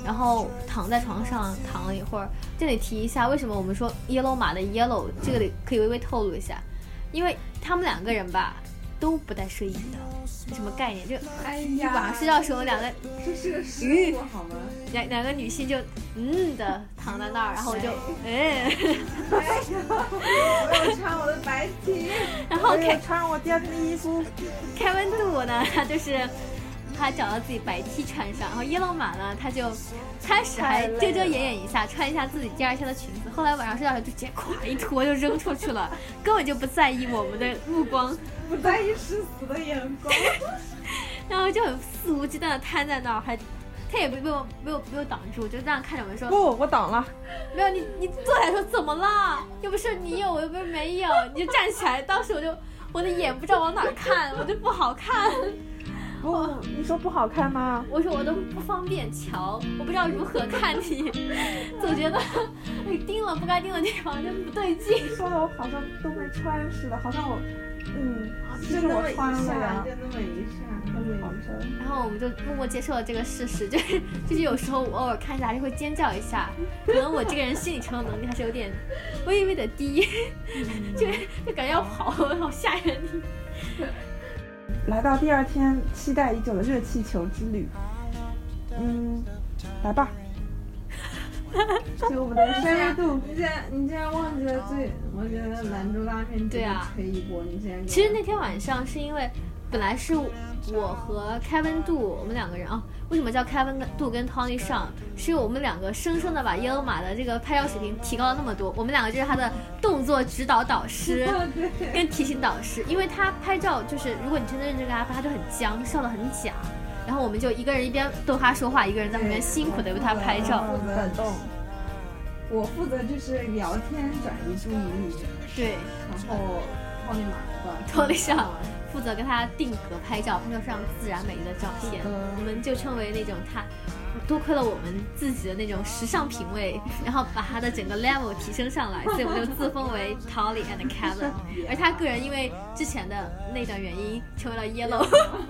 然后躺在床上躺了一会儿。这里提一下，为什么我们说 yellow 马的 yellow， 这个里可以微微透露一下，因为他们两个人吧都不带睡衣的，什么概念？就哎一晚呀， 上睡觉时候，两个这是个失误好吗？ 两两个女性就嗯的躺在那儿，然后我就哎， 哎呀，我要穿我的白 T， 然后开穿我第二天的衣服。 开温度呢，他就是他找到自己白 T 穿上，然后耶龙马呢，他就开始还遮遮掩掩一下，穿一下自己第二天的裙子，后来晚上睡觉就直接咵一脱就扔出去了，根本就不在意我们的目光， 不在意世俗的眼光， 然后就很肆无忌惮的瘫在那儿，还他也没有没有没有挡住，就这样看着我们说不，我挡了。 没有，你你坐下来说怎么了？又不是你有，我又不是没有，你就站起来。当时我就我的眼不知道往哪儿看，我就不好看。 不，你说不好看吗？ 我说我都不方便瞧，我不知道如何看你，总觉得你盯了不该盯的地方就不对劲。 说的我好像都没穿似的，好像我，嗯，其实我就那么一穿了呀。 下，就那么一下，那么一下。 然后我们就默默接受了这个事实，就是就是有时候我偶尔看起来还是会尖叫一下，可能我这个人心理承受能力还是有点微微的低，就就感觉要跑，好吓人。 来到第二天期待已久的热气球之旅，嗯，来吧。就我们的深入度， 你竟然你竟然忘记了最，我觉得兰州拉面对啊可以播，你竟然。 其实那天晚上是因为本来是我和 Kevin 杜我们两个人啊，为什么叫 Kevin 杜跟 Tony 上？是因为我们两个生生的把耶鲁马的这个拍照水平提高了那么多。我们两个就是他的动作指导导师跟提醒导师，因为他拍照就是如果你真的认真跟他拍，他就很僵，笑得很假。然后我们就一个人一边逗他说话，一个人在旁边辛苦的为他拍照。 负责动，我负责就是聊天转移注意力。 对， 然后 Tony 马吧 Tony 上负责跟他定格拍照，拍出非常自然美丽的照片。我们就称为那种他多亏了我们自己的那种时尚品味，然后把他的整个 level 提升上来，所以我们就自封为 Tolly and Kevin。而他个人因为之前的那段原因成为了 Yellow。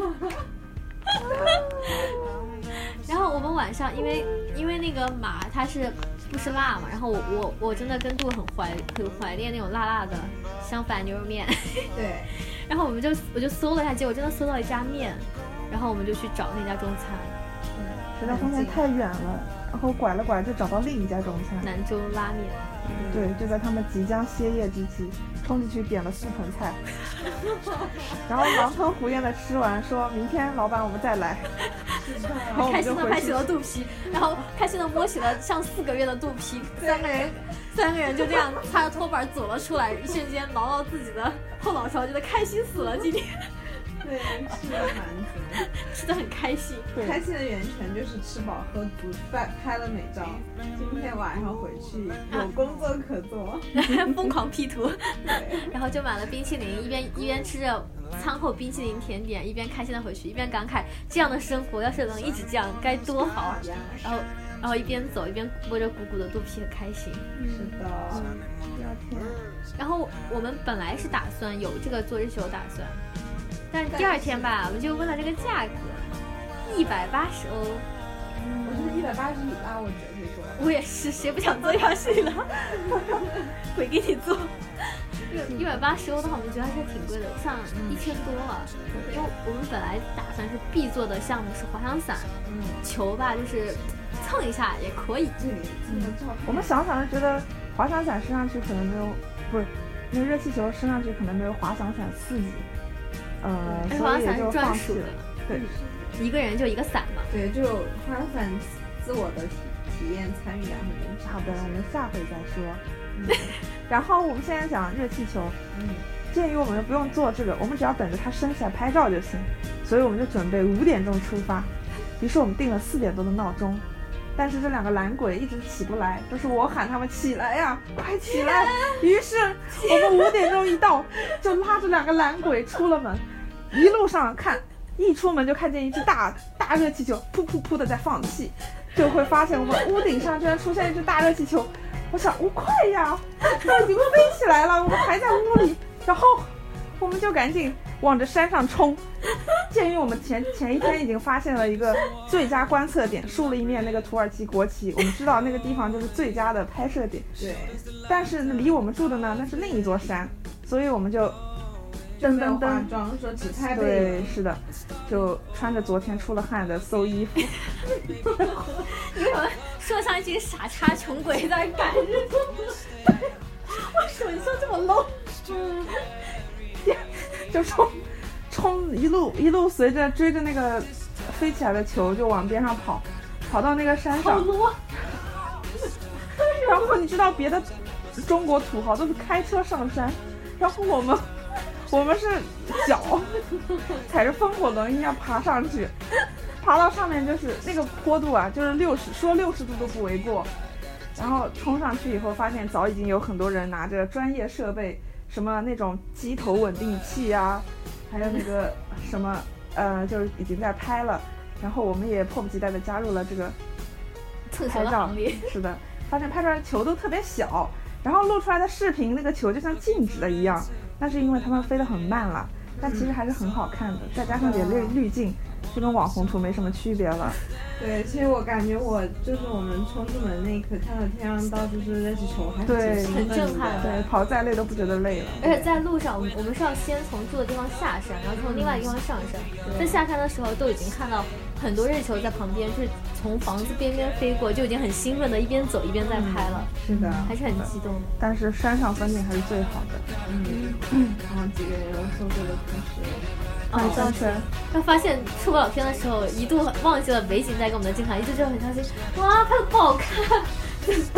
然后我们晚上因为因为那个马它是不吃辣嘛，然后我我我真的跟杜很怀很怀念那种辣辣的相反牛肉面。 对。 然后我们就我就搜了一下，结果真的搜到一家面，然后我们就去找那家中餐。 嗯，实在发现太远了，然后拐了拐就找到另一家中餐， 兰州拉面。 对，就在他们即将歇业之际，冲进去点了四盆菜，然后狼吞虎咽的吃完，说明天老板我们再来。然后我开们就回去心的拍起了肚皮，然后开心的摸起了像四个月的肚皮，三个人三个人就这样擦着拖板走了出来，一瞬间挠到自己的后脑勺，觉得开心死了。今天对，吃了蛮足， 吃的很开心。 开心的源泉就是吃饱喝足，拍拍了美照。今天晚上回去有工作可做， 疯狂 P 图， 对， 然后就买了冰淇淋，一边一边吃着餐后冰淇淋甜点，一边开心的回去，一边感慨这样的生活要是能一直这样该多好。然后然后一边走一边摸着鼓鼓的肚皮，很开心。 是的。 第二天， 然后我们本来是打算有这个做日球打算，但是第二天吧，我们就问了这个价格，一百八十欧。 我觉得一百八十里拉我绝对做。 我也是，谁不想做一条里拉？鬼给你做。一百八十欧的话，我们觉得还是挺贵的，上一千多了。因为我们本来打算是必做的项目是滑翔伞， 嗯， 球吧就是蹭一下也可以。 对，这个照片。 我们想想就觉得滑翔伞升上去可能没有，不是，因为热气球升上去可能没有滑翔伞刺激，呃， 而滑翔伞所以也就是放弃了专属的。， 对， 一个人就一个伞嘛。 对，就滑翔伞自我的体体验参与感很强。 好的，我们下回再说。嗯、然后我们现在讲热气球， 嗯， 鉴于我们不用做这个，我们只要等着它升起来拍照就行，所以我们就准备五点钟出发。于是我们定了四点多的闹钟，但是这两个懒鬼一直起不来，都是我喊他们起来呀，快起来！于是我们五点钟一到，就拉着两个懒鬼出了门，一路上看，一出门就看见一只大大热气球噗噗噗的在放气，就会发现我们屋顶上居然出现一只大热气球。我想，我、哦、快呀，它已经飞起来了，我们还在屋里。然后我们就赶紧往着山上冲。鉴于我们前前一天已经发现了一个最佳观测点，竖了一面那个土耳其国旗，我们知道那个地方就是最佳的拍摄点。 对， 但是离我们住的呢，那是另一座山，所以我们就噔噔噔，装说只拍背。 对，是的，就穿着昨天出了汗的馊衣服。 你为什么说像一群傻叉穷鬼在赶日出？为什么你说这么 low？ 就冲冲一路一路随着追着那个飞起来的球就往边上跑，跑到那个山上。然后你知道别的中国土豪都是开车上山，然后我们我们是脚踩着风火轮一样爬上去，爬到上面就是那个坡度啊，就是六十说六十度都不为过。然后冲上去以后，发现早已经有很多人拿着专业设备，什么那种机头稳定器啊，还有那个什么呃，就是已经在拍了。然后我们也迫不及待地加入了这个拍照。是的，发现拍出来的球都特别小，然后录出来的视频那个球就像静止的一样。那是因为他们飞得很慢了，但其实还是很好看的，再加上点滤滤镜，就跟网红图没什么区别了。 对，其实我感觉我就是我们冲出门那一刻看到天上到处是热气球，还是很震撼的。 对，跑再累都不觉得累了。 而且在路上，我们我们是要先从住的地方下山，然后从另外一个地方上山。在下山的时候，都已经看到很多热气球在旁边，就是从房子边边飞过，就已经很兴奋的一边走一边在拍了。 是的， 还是很激动。 但是山上风景还是最好的。 嗯嗯。然后几个人又收获了同时。 哦，当时他发现出国老片的时候，一度忘记了北景带给我们的精彩，一直就很伤心。哇，拍的不好看，怎么办？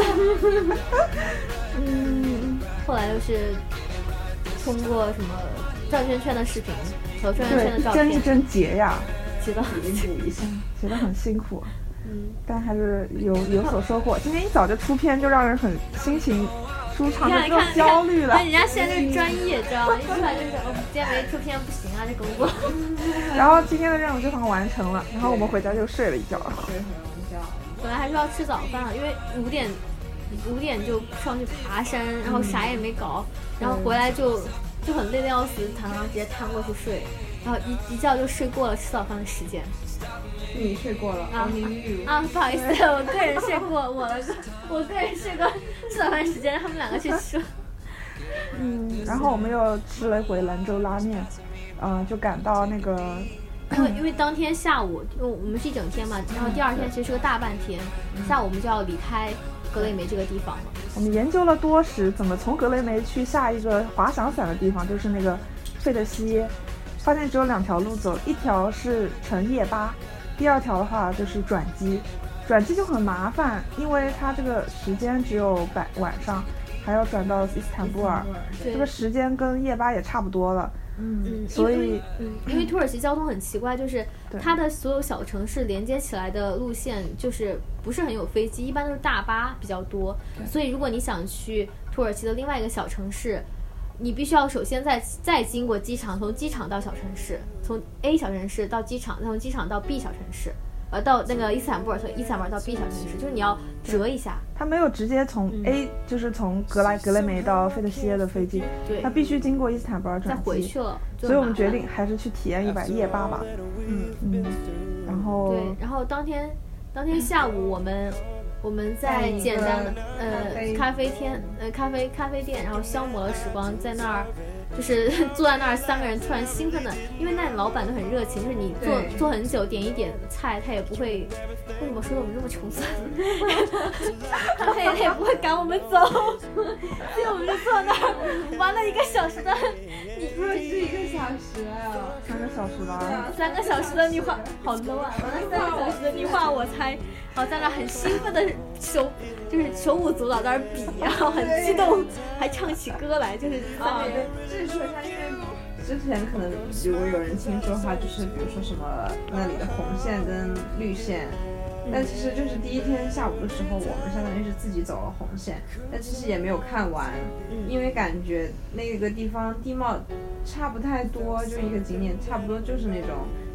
嗯，后来又是通过什么转圈圈的视频和转圈圈的照片， 一帧一帧截呀， 截到弥补一下， 截得很辛苦。 嗯， 但还是有有所收获。今天一早就出片，就让人很心情舒畅，就更焦虑了。 人家现在就是专业，知道吗？一出来就是我们今天没出片不行啊，这工作。 然后今天的任务就算完成了，然后我们回家就睡了一觉。 睡了一觉。 本来还是要吃早饭，因为五点五点就上去爬山，然后啥也没搞，然后回来就就很累得要死，躺上直接瘫过去睡，然后一一觉就睡过了吃早饭的时间。 你睡过了啊啊！不好意思，我个人睡过，我的我个人睡过吃早饭时间，让他们两个去吃。 嗯，然后我们又吃了一回兰州拉面，嗯、呃，就赶到那个， 因为因为当天下午，因为我们是一整天嘛，然后第二天其实是个大半天，下午我们就要离开格雷梅这个地方了。 我们研究了多时，怎么从格雷梅去下一个滑翔伞的地方，就是那个费德西耶，发现只有两条路走，一条是乘夜巴。第二条的话就是转机，转机就很麻烦，因为它这个时间只有晚晚上，还要转到伊斯坦布尔，这个时间跟夜巴也差不多了。 嗯， 所以嗯，因为土耳其交通很奇怪，就是它的所有小城市连接起来的路线就是不是很有飞机，一般都是大巴比较多，所以如果你想去土耳其的另外一个小城市，你必须要首先再再经过机场，从机场到小城市，从 A 小城市到机场，再从机场到 B 小城市，呃，到那个伊斯坦布尔，从伊斯坦布尔到 B 小城市，就是你要折一下。 它没有直接从 A，、嗯、就是从格莱格雷梅到费德西耶的飞机， 对， 它必须经过伊斯坦布尔转机， 再回去了。 所以我们决定还是去体验一把夜巴吧。 嗯嗯，然后对，然后当天当天下午我们。我们在简单的呃咖啡店呃咖啡咖啡店，然后消磨了时光，在那儿就是坐在那儿，三个人突然兴奋的，因为那老板都很热情，就是你坐坐很久，点一点菜，他也不会为什么说的我们这么穷酸，他也他也不会赶我们走，所以我们就坐那儿玩了一个小时的， 你不是一个小时啊， 三个小时吧， 三个小时的你画好 low 啊，玩了三个小时的你画我猜。然后在那很兴奋的手，就是手舞足蹈在那比，然后很激动，还唱起歌来，就是三个人。 这说一下，因为之前可能如果有人听说的话，就是比如说什么那里的红线跟绿线，但其实就是第一天下午的时候，我们相当于是自己走了红线，但其实也没有看完，因为感觉那个地方地貌差不太多，就一个景点差不多就是那种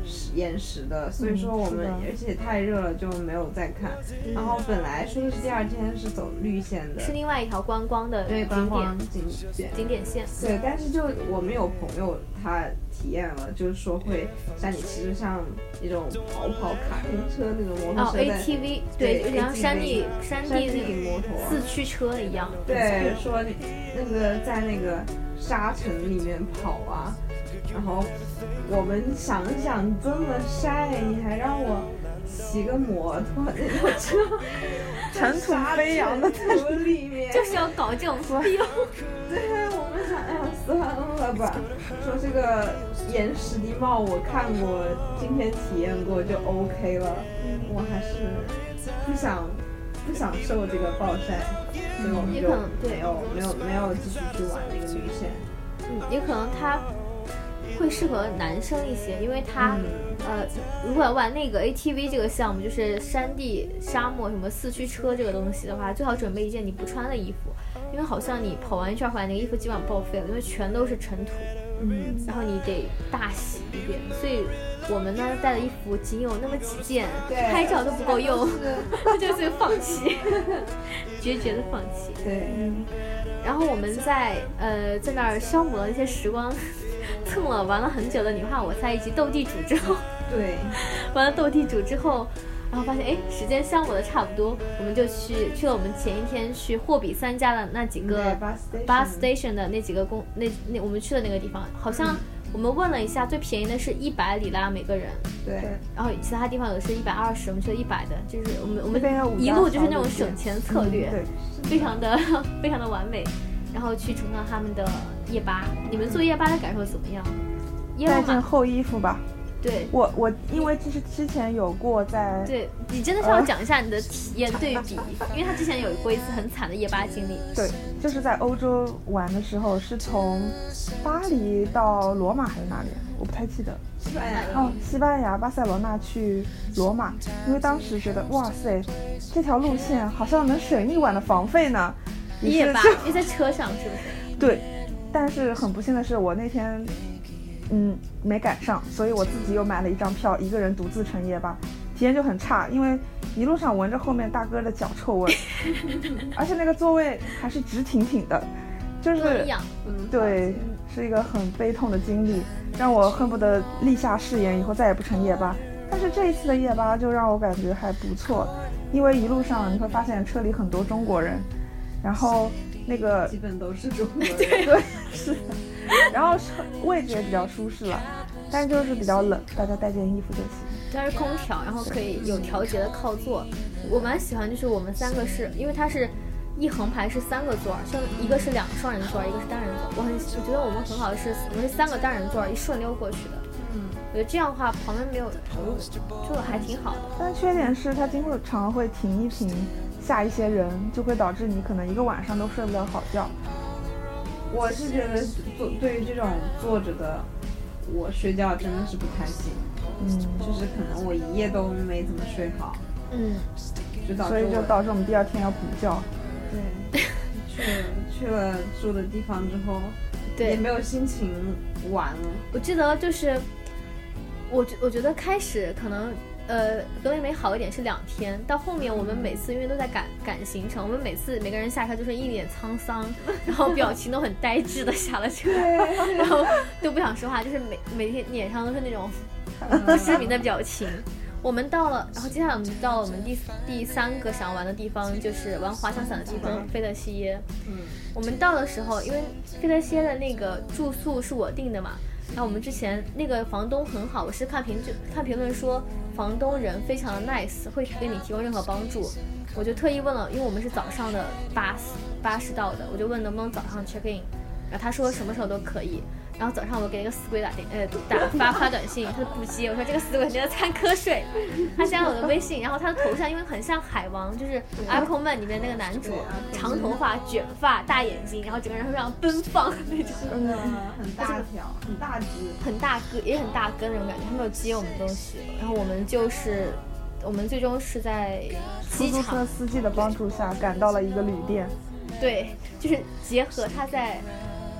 延时的，所以说我们、嗯、而且太热了就没有再看、嗯、然后本来说的是第二天是走绿线的， 是另外一条观光的对观光景点景点线， 对，但是就我们有朋友他体验了，就是说会山里其实像一种跑跑卡丁车那种摩托车、 哦、A T V 对，就像山地山地那个摩托四驱车一样， 对，说那个在那个沙尘里面跑啊，然后我们想想这么晒，你还让我骑个摩托那种车， 尘土飞扬的土里面， 就是要搞这种 feel。 对，我们想，哎呀，算了吧。说这个岩石地貌我看过，今天体验过就 OK 了。嗯，我还是不想不想受这个暴晒，所以我们就没有没有没有继续去玩那个绿线。 嗯，也可能它会适合男生一些，因为他、嗯、呃，如果要玩那个 A T V 这个项目，就是山地、沙漠什么四驱车这个东西的话，最好准备一件你不穿的衣服，因为好像你跑完一圈回来，那个衣服基本上报废了，因为全都是尘土。嗯，然后你得大洗一遍，所以我们呢带的衣服仅有那么几件，拍照都不够用，就是放弃，决绝的放弃。 对， 嗯。然后我们在呃在那儿消磨了一些时光，蹭了玩了很久的你画我猜以及斗地主之后， 对， 玩了斗地主之后，然后发现哎时间消磨的差不多，我们就去去了我们前一天去货比三家的那几个 bus station 的那几个公那那我们去的那个地方，好像我们问了一下，最便宜的是一百里拉每个人， 对， 然后其他地方有的是一百二十，我们去了一百的，就是我们我们一路就是那种省钱策略， 嗯、对， 非常的非常的完美。然后去乘上他们的夜巴，你们坐夜巴的感受怎么样？ 带件厚衣服吧。 对， 我我因为就是之前有过在， 对你真的是要讲一下你的体验对比，呃、因为他之前有过一次很惨的夜巴经历。 对，就是在欧洲玩的时候，是从巴黎到罗马还是哪里？我不太记得。 西班牙。 哦，西班牙巴塞罗那去罗马，因为当时觉得哇塞，这条路线好像能省一晚的房费呢。 夜巴，你在车上是不是？ 对，但是很不幸的是，我那天嗯没赶上，所以我自己又买了一张票，一个人独自乘夜巴，体验就很差，因为一路上闻着后面大哥的脚臭味，而且那个座位还是直挺挺的，就是对，是一个很悲痛的经历，让我恨不得立下誓言以后再也不乘夜巴。但是这一次的夜巴就让我感觉还不错，因为一路上你会发现车里很多中国人。然后那个基本都是中国人， 对对是的，然后位置也比较舒适了，但就是比较冷，大家带件衣服就行。 它是空调，然后可以有调节的靠座。我蛮喜欢，就是我们三个是因为它是一横排是三个座，像一个是两个双人座，一个是单人座。我很我觉得我们很好的是，我们是三个单人座一顺溜过去的。嗯，我觉得这样的话旁边没有就还挺好的。 但缺点是它经常会停一停。下一些人就会导致你可能一个晚上都睡不了好觉。 我是觉得坐对于这种坐着的，我睡觉真的是不太行。嗯，就是可能我一夜都没怎么睡好。嗯，就导致所以就导致我们第二天要补觉。 对，去了去了住的地方之后，对，也没有心情玩了。 我记得就是我我觉得开始可能。呃，格雷梅好一点是两天，到后面我们每次因为都在赶赶行程，我们每次每个人下车就是一脸沧桑，然后表情都很呆滞的下了车，然后都不想说话，就是每每天脸上都是那种不知名的表情。我们到了，然后接下来我们到了我们第第三个想玩的地方，就是玩滑翔伞的地方，菲特西耶。嗯，我们到的时候，因为菲特西耶的那个住宿是我订的嘛。然后我们之前那个房东很好，我是看评看评论说房东人非常的 nice， 会给你提供任何帮助。我就特意问了，因为我们是早上的巴士巴士到的，我就问能不能早上 check in， 然后他说什么时候都可以。然后早上我给那个死鬼打电呃打发发短信，他不接，我说这个死鬼你在参瞌睡。他加了我的微信，然后他的头像因为很像海王，就是 Aquaman 里面那个男主，长头发、卷发、大眼睛，然后整个人非常奔放那种， 嗯，很大条、很大只、 很大个也很大根那种感觉。他没有接我们东西，然后我们就是我们最终是在机场出租车司机的帮助下赶到了一个旅店。 对，就是结合他在。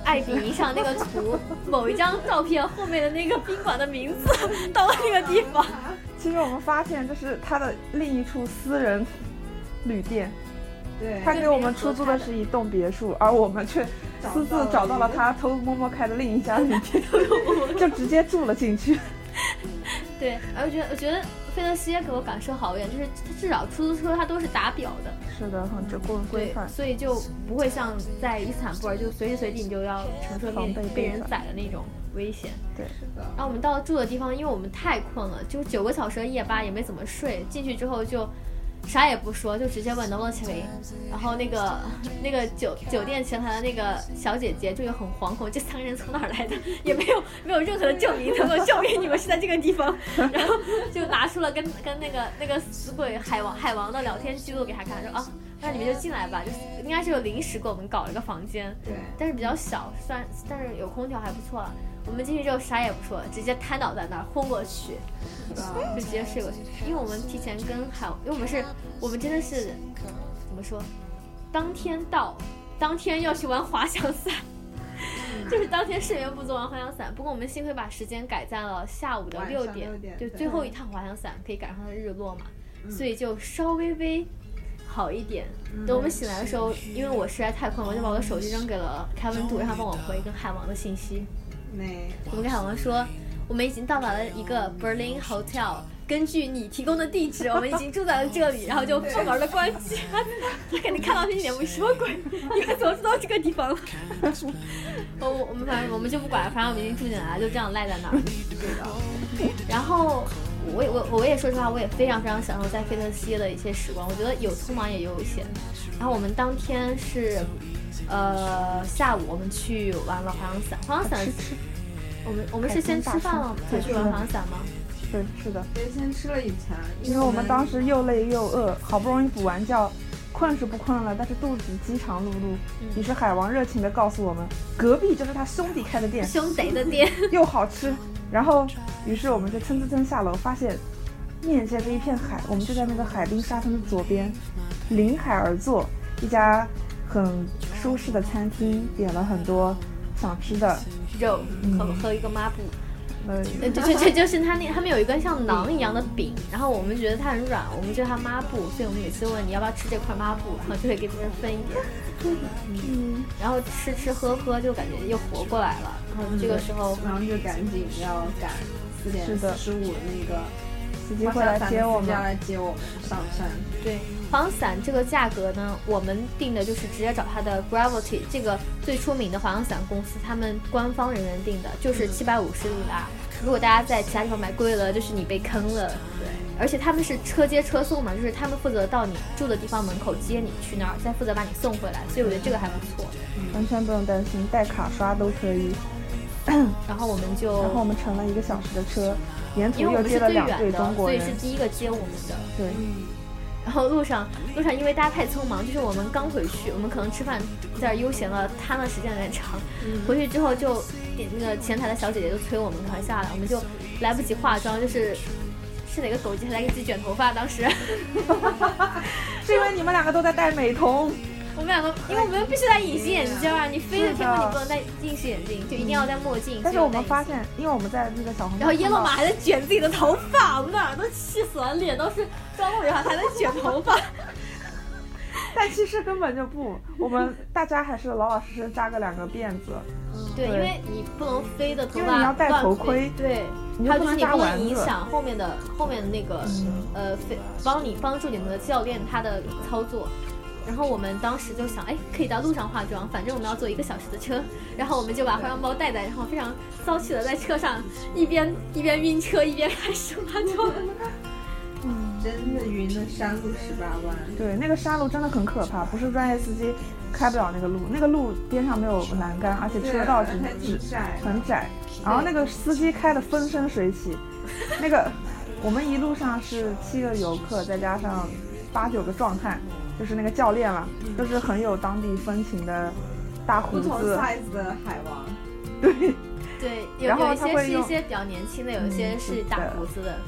爱彼迎上那个图某一张照片后面的那个宾馆的名字到了那个地方。 其实我们发现这是他的另一处私人旅店， 对， 他给我们出租的是一栋别墅，而我们却私自找到了他偷摸摸开的另一家旅店，就直接住了进去。 对，而我觉得我觉得费德西耶给我感受好一点，就是它至少出租车它都是打表的， 是的，很规规范， 所以就不会像在伊斯坦布尔就随时随地你就要承受被被人宰的那种危险。 对，是的。 然后我们到了住的地方，因为我们太困了，就九个小时的夜班也没怎么睡，进去之后就啥也不说，就直接问能不能起来。然后那个那个酒酒店前台的那个小姐姐就有很惶恐，这三个人从哪儿来的，也没有没有任何的证明能够证明你们是在这个地方。然后就拿出了跟跟那个那个死鬼海王海王的聊天记录给他看，说啊，那你们就进来吧，就应该是有临时给我们搞了一个房间， 对， 但是比较小，虽然但是有空调还不错了。我们进去之后啥也不说，直接瘫倒在那儿昏过去，就直接睡过去。因为我们提前跟海，因为我们是，我们真的是怎么说，当天到，当天要去玩滑翔伞，就是当天睡眠不足玩滑翔伞。不过我们幸亏把时间改在了下午的六点，就最后一趟滑翔伞可以赶上它的日落嘛，嗯、所以就稍微微好一点。等我们醒来的时候，因为我实在太困了，我就把我的手机扔给了开温度，让他帮我回跟海王的信息。我们跟海王说，我们已经到达了一个 Berlin Hotel， 根据你提供的地址，我们已经住在了这里，然后就把门的关机。他肯定看到这一点，我什么鬼？你们怎么知道这个地方了？我我们反正我们就不管，反正我们已经住进来了，就这样赖在那儿。对的。然后我我我也说实话，我也非常非常享受在费特西耶的一些时光。我觉得有匆忙也有险。然后我们当天是。呃，下午我们去玩了滑翔伞，滑翔伞，我们我们是先吃饭了才去玩滑翔伞吗？ 对，是的， 对，先吃了一餐， 因为我们当时又累又饿，好不容易补完觉，困是不困了，但是肚子饥肠辘辘。嗯、于是海王热情地告诉我们，隔壁就是他兄弟开的店， 兄弟的店又好吃。然后，于是我们就蹭蹭蹭下楼，发现面前是一片海，我们就在那个海滨沙滩的左边，临海而坐，一家很舒适的餐厅，点了很多想吃的肉和、嗯、和一个抹布。呃，就就就就是他那他们有一根像馕一样的饼，然后我们觉得它很软，我们觉得它抹布，所以我们每次问你要不要吃这块抹布，然后就会给别人分一点。嗯，然后吃吃喝喝就感觉又活过来了，然后这个时候， 然后就赶紧要赶四点十五那个司机会来接我们， 要来接我们上山。 对，滑翔伞这个价格呢，我们定的就是直接找它的 Gravity 这个最出名的滑翔伞公司，他们官方人员定的，就是七百五十里拉。如果大家在其他地方买贵了，就是你被坑了。 对， 而且他们是车接车送嘛，就是他们负责到你住的地方门口接你去那儿，再负责把你送回来，所以我觉得这个还不错， 完全不用担心，带卡刷都可以。 然后我们就， 然后我们乘了一个小时的车，沿途又接了两队中国人， 所以是第一个接我们的。 对。 嗯，然后路上路上因为大家太匆忙，就是我们刚回去，我们可能吃饭在这悠闲了，摊的时间有点长，嗯、回去之后就点那个前台的小姐姐就催我们赶快下来，我们就来不及化妆，就是是哪个狗急还来得及卷头发，当时是因为你们两个都在戴美瞳。 我们两个，因为我们必须戴隐形眼镜啊！你飞的天空你不能戴近视眼镜，就一定要戴墨镜。 但是我们发现，因为我们在那个小红书， 然后耶洛马还在卷自己的头发，我们俩都气死了，脸都是妆都没化，还在卷头发。 但其实根本就不，我们大家还是老老实实扎个两个辫子。 对，因为你不能飞的头发， 因为你要戴头盔。 对，还有就是你不能影响后面的后面的那个、嗯、呃，飞帮你帮助你们的教练他的操作。然后我们当时就想，哎，可以到路上化妆，反正我们要坐一个小时的车，然后我们就把化妆包带带，然后非常骚气的在车上一边一边晕车一边开始化妆。 嗯，真的晕的山路十八弯。 对，那个山路真的很可怕，不是专业司机开不了那个路，那个路边上没有栏杆，而且车道只只很窄，然后那个司机开的风生水起，那个我们一路上是七个游客，再加上八九个壮汉。就是那个教练嘛，都、就是很有当地风情的大胡子， 不同 size 的海王。 对对，有有一些是一些比较年轻的，有一些是大胡子的。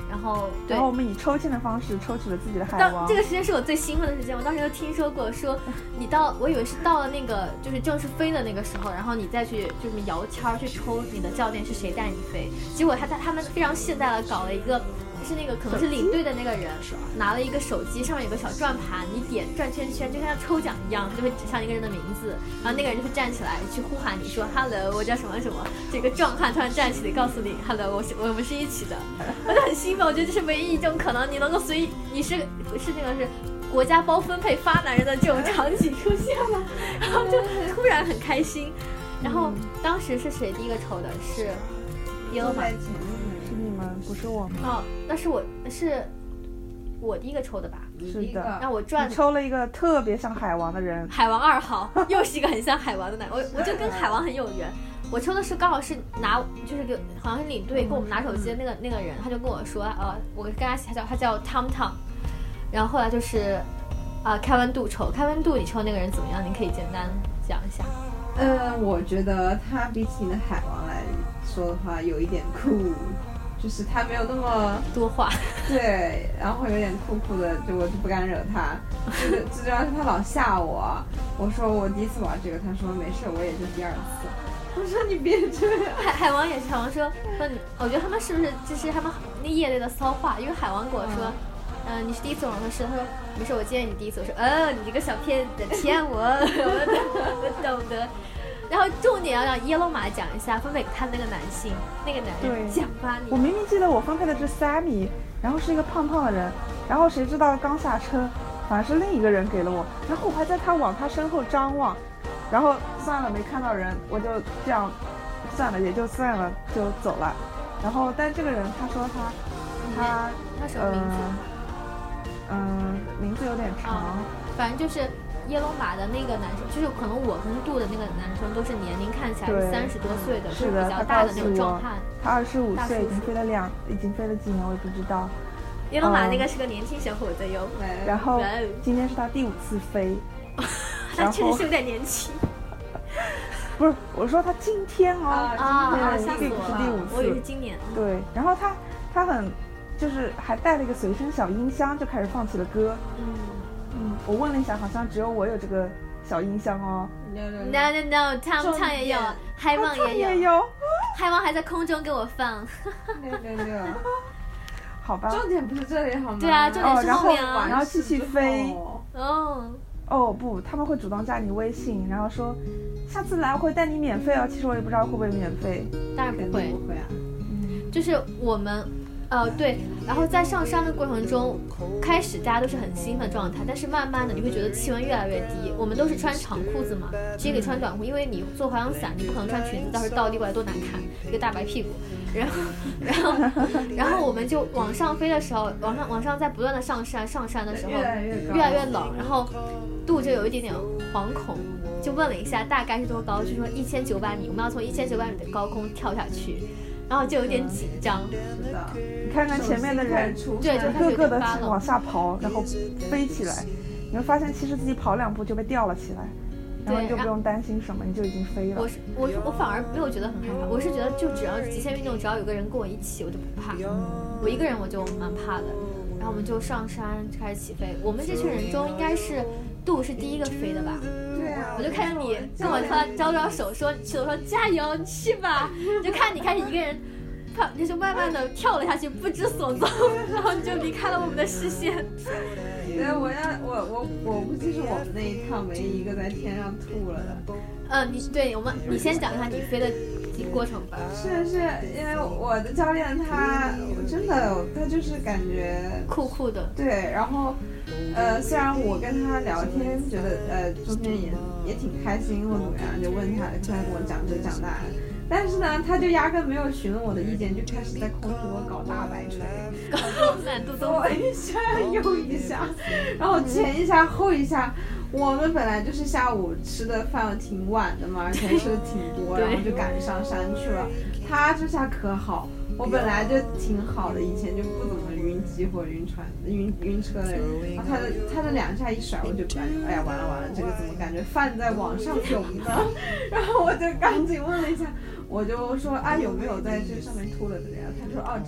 然后对， 然后我们以抽签的方式抽取了自己的海王。 这个时间是我最兴奋的时间，我当时就听说过，说你到，我以为是到了那个就是正式飞的那个时候，然后你再去就是摇签去抽你的教练是谁带你飞。结果他他们非常现代的搞了一个，是那个可能是领队的那个人拿了一个手机，上面有个小转盘，你点转圈圈，就像抽奖一样，就会指向一个人的名字，然后那个人就会站起来去呼喊你说 Hello， 我叫什么什么。这个壮汉突然站起来告诉你 Hello， 我是我们是一起的，我就很兴奋。我觉得这是唯一一种可能你能够随意，你是是那个是国家包分配发男人的这种场景出现了，然后就突然很开心。然后当时是谁第一个抽的？是耶罗马。 是你们，不是我们。 哦，那是我是我第一个抽的吧？ 是的。 让我转。 你抽了一个特别像海王的人。 海王二号，又是一个很像海王的男，我我就跟海王很有缘。我抽的是刚好是拿，就是个好像是领队给我们拿手机的那个那个人，他就跟我说，呃，我跟他他叫他叫 Tom Tom， 然后后来就是啊、呃、开温度抽，开温度你抽那个人怎么样？你可以简单讲一下。 嗯，我觉得他比起你的海王来说的话，有一点酷，就是他没有那么多话， 对，然后有点酷酷的，就我就不敢惹他。这个最主要是他老吓我，我说我第一次玩这个，他说没事，我也就第二次。我说你别这样。 海海王也是，海王说说你，我觉得他们是不是就是他们那业内的骚话？因为海王跟我说，嗯、呃，你是第一次玩，我说是，他说没事，我建议你第一次。我说，呃，你这个小骗子，骗我，我懂得。然后重点要让耶罗马讲一下分配给他的那个男性，那个男人讲吧你。 我明明记得我分配的是 Sammy， 然后是一个胖胖的人，然后谁知道刚下车，反而是另一个人给了我，然后我还在他往他身后张望，然后算了没看到人，我就这样算了也就算了就走了。然后但这个人他说他他他什么名字？ 嗯、呃，名字有点长， 啊、反正就是。耶罗马的那个男生，就是可能我跟杜的那个男生都是年龄看起来是三十多岁的， 是比较大的那种壮汉。 他二十五岁，已经飞了两，已经飞了几年，我也不知道。 耶罗马那个是个年轻小伙子哟。 嗯、然后今天是他第五次飞， 他确实是有点年轻。 不是，我说他今天哦， 啊，吓死我了！第五次， 我以为是今年。 对，然后他他很就是还带了一个随身小音箱，就开始放起了歌。嗯。嗯，我问了一下，好像只有我有这个小音箱哦。 No no no， 他们唱也有，海王也有， 海王还在空中给我放。 六六六， 好吧。 重点不是这里好吗？ 对啊，重点是后面啊。然后继续飞。 哦。 哦不，他们会主动加你微信，然后说下次来我会带你免费哦。其实我也不知道会不会免费。 当然不会， 不会啊。 嗯，就是我们。呃对，然后在上山的过程中，开始大家都是很兴奋状态，但是慢慢的你会觉得气温越来越低。我们都是穿长裤子嘛，其实可以穿短裤，因为你做滑翔伞，你不可能穿裙子，到时候倒立过来多难看，一个大白屁股。然后，然后，然后我们就往上飞的时候，往上往上在不断的上山，上山的时候越来越高， 越来越冷，然后杜就有一点点惶恐，就问了一下大概是多高，就说一千九百米，我们要从一千九百米的高空跳下去。然后就有点紧张， 是的。 你看看前面的人， 对，就个个的往下跑，然后飞起来，你会发现其实自己跑两步就被吊了起来，然后你就不用担心什么，你就已经飞了。 我是我我反而没有觉得很害怕，我是觉得就只要极限运动，只要有个人跟我一起，我就不怕。我一个人我就蛮怕的。然后我们就上山开始起飞。我们这群人中应该是杜是第一个飞的吧？ 对啊。 我就看着你跟我他招招手说，去我说加油，你去吧。就看你开始一个人，你就慢慢的跳了下去，不知所踪，然后你就离开了我们的视线。 对，我要我我我估计是我们那一趟唯一一个在天上吐了的。 呃，你对我们，你先讲一下你飞的过程吧。 是是，因为我的教练他真的他就是感觉酷酷的。对， 然后呃，虽然我跟他聊天，觉得呃中间也也挺开心或怎么样，就问他，他跟我讲这讲那的。但是呢，他就压根没有询问我的意见，就开始在空中给我搞大摆锤， 搞满肚子左一下右一下，然后前一下后一下。我们本来就是下午吃的饭挺晚的嘛，而且吃的挺多，然后就赶上山去了。他这下可好，我本来就挺好的，以前就不怎么晕机或者晕船、晕晕车的人。然后他的他的两下一甩，我就感觉哎呀完了完了，这个怎么感觉饭在往上涌呢？然后我就赶紧问了一下，我就说啊有没有在这上面吐了怎么样？他说哦之前有。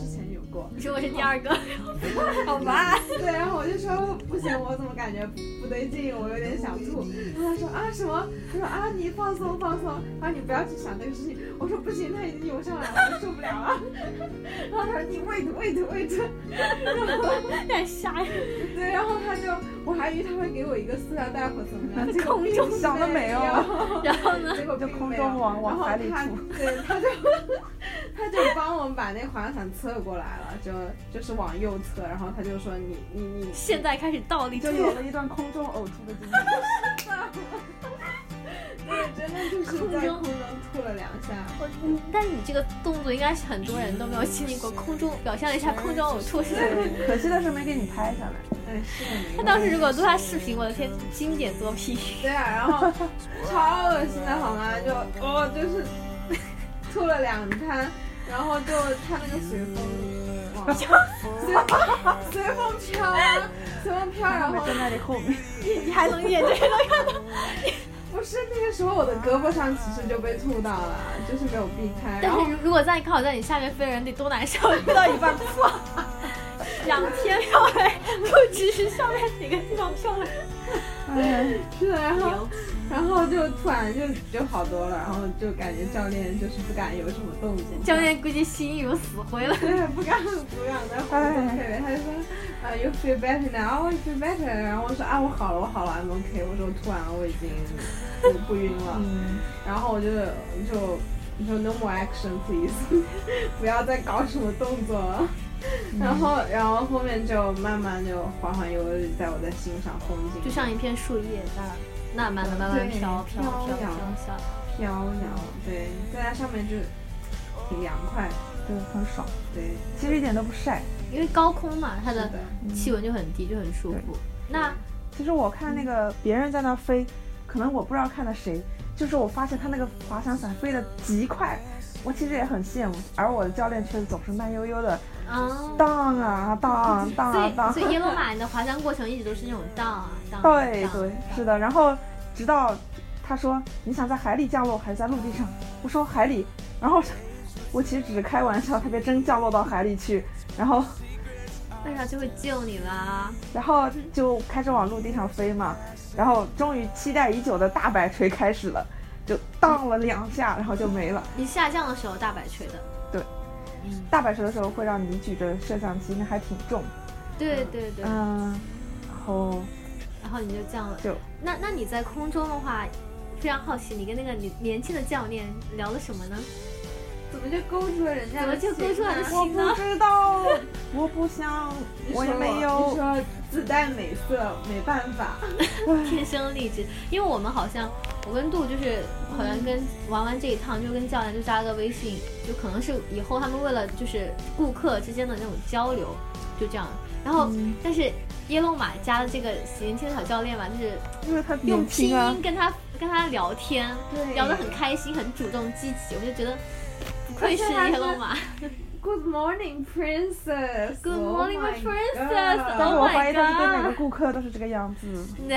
过。 你说我是第二个，好吧？ 对，然后我就说不行，我怎么感觉不不对劲，我有点想吐。然后他说啊什么？他说啊你放松放松，啊你不要去想这个事情。我说不行，他已经涌上来了，我受不了了。然后他说你 wait wait wait， 然后有点吓人。 对，然后他就我还以为他会给我一个塑料袋或怎么样，结果空中想得美哦。 然后呢？ 结果就空中往往海里吐。 对，他就他就帮我们把那个滑翔伞侧过来了，就就是往右侧，然后他就说你你你现在开始倒立， 就有了一段空中呕吐的经历。 对，真的就是在空中吐了两下。 我嗯，但是你这个动作应该是很多人都没有经历过，空中表现了一下空中呕吐是什么？ 可惜的是没给你拍下来。 哎，是的。 他当时如果录下视频，我的天，经典作品。 对啊，然后超恶心的好吗？就哦，就是吐了两滩，然后就他那个随风，哇，随风随风飘啊，随风飘，然后在那里后面， 你你还能眼睛能看到。 不是那个时候我的胳膊上其实就被吐到了，就是没有避开。 但是如果在刚好在你下面飞的人得多难受，飞到一半噗，仰天飘来，不只是上面哪个地方飘来。 哎，是的，然后然后就突然就就好多了，然后就感觉教练就是不敢有什么动静。 教练估计心如死灰了。 对，不敢不敢再晃动佩佩，他就说啊、uh, you feel better now, you feel better。然后我说啊我好了我好了 I'm okay。我说我吐完了我已经不不晕了。嗯。然后我就就就 no more action please， 不要再搞什么动作了。嗯、然后然后后面就慢慢就缓缓悠悠在我的心上风景， 就像一片树叶在慢慢的慢慢飘飘飘飘下飘摇，对，在它上面就挺凉快， 对，很爽， 对， 其实一点都不晒， 因为高空嘛，它的气温就很低，就很舒服。那其实我看那个别人在那飞，可能我不知道看的谁，就是我发现他那个滑翔伞飞得极快，我其实也很羡慕，而我的教练却总是慢悠悠的。 啊， 荡啊荡荡啊荡， 所以耶罗马你的滑翔过程一直都是那种荡啊荡。 对对，是的。然后直到他说你想在海里降落还是在陆地上，我说海里，然后我其实只是开玩笑，他别真降落到海里去，然后为啥就会救你啦？ 然后就开始往陆地上飞嘛，然后终于期待已久的大摆锤开始了，就荡了两下，然后就没了。 你下降的时候大摆锤的？ 对。大摆锤的时候会让你举着摄像机，那还挺重。 对对对。 嗯，然后， 然后你就降了。 就那那你在空中的话，非常好奇，你跟那个年年轻的教练聊了什么呢？ 怎么就勾住了人家？ 怎么就勾住了我不知道，我不想，我也没有。 你说自带美色，没办法， 天生丽质。因为我们好像，我跟杜就是好像跟玩完这一趟，就跟教练就加了个微信，就可能是以后他们为了就是顾客之间的那种交流，就这样。然后，嗯、但是耶路马加的这个年轻的小教练嘛，就是因为他用拼音跟他跟他聊天，聊得很开心，很主动积极，我就觉得。不愧是耶路马。 Good morning, princess. Good morning, my princess. 但是我怀疑他是对每个顾客都是这个样子。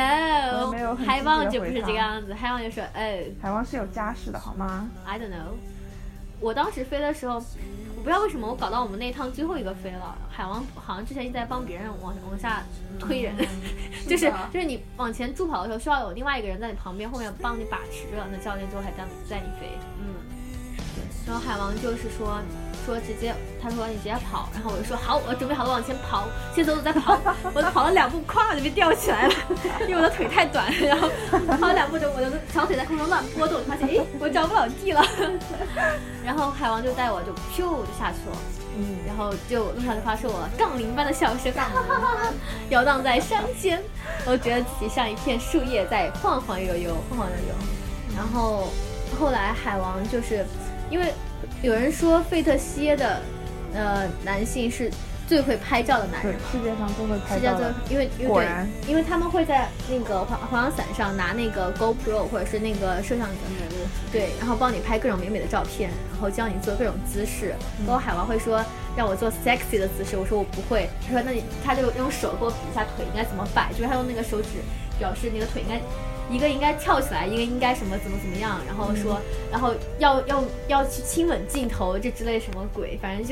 No， 没有很海王就不是这个样子，海王就说，哎， 海王是有家室的好吗 ？I don't know。我当时飞的时候，我不知道为什么我搞到我们那一趟最后一个飞了。海王好像之前一直在帮别人往往下推人，就是就是你往前助跑的时候，需要有另外一个人在你旁边后面帮你把持着，那教练就还带带你飞。嗯。然后海王就是说说直接，他说你直接跑，然后我就说好，我准备好了往前跑，现在都在跑，我跑了两步，咵就被吊起来了，因为我的腿太短，然后跑了两步就我的小腿在空中乱波动，发现哎我着不了地了，然后海王就带我就咻就下去了，嗯，然后就路上就发出我杠铃般的笑声，哈哈哈，摇荡在山间，我觉得自己像一片树叶在晃晃悠悠，晃晃悠悠，然后后来海王就是。因为有人说费特西耶的呃男性是最会拍照的男人， 世界上最会拍照的， 因为因为果然， 因为他们会在那个滑滑翔伞上拿那个 GoPro 或者是那个摄像机，对，然后帮你拍各种美美的照片，然后教你做各种姿势。包括海王会说让我做 sexy 的姿势，我说我不会，他说那你他就用手给我比一下腿应该怎么摆，就是他用那个手指表示那个腿应该。一个应该跳起来，一个应该什么怎么怎么样，然后说，嗯、然后要要要去亲吻镜头，这之类什么鬼，反正就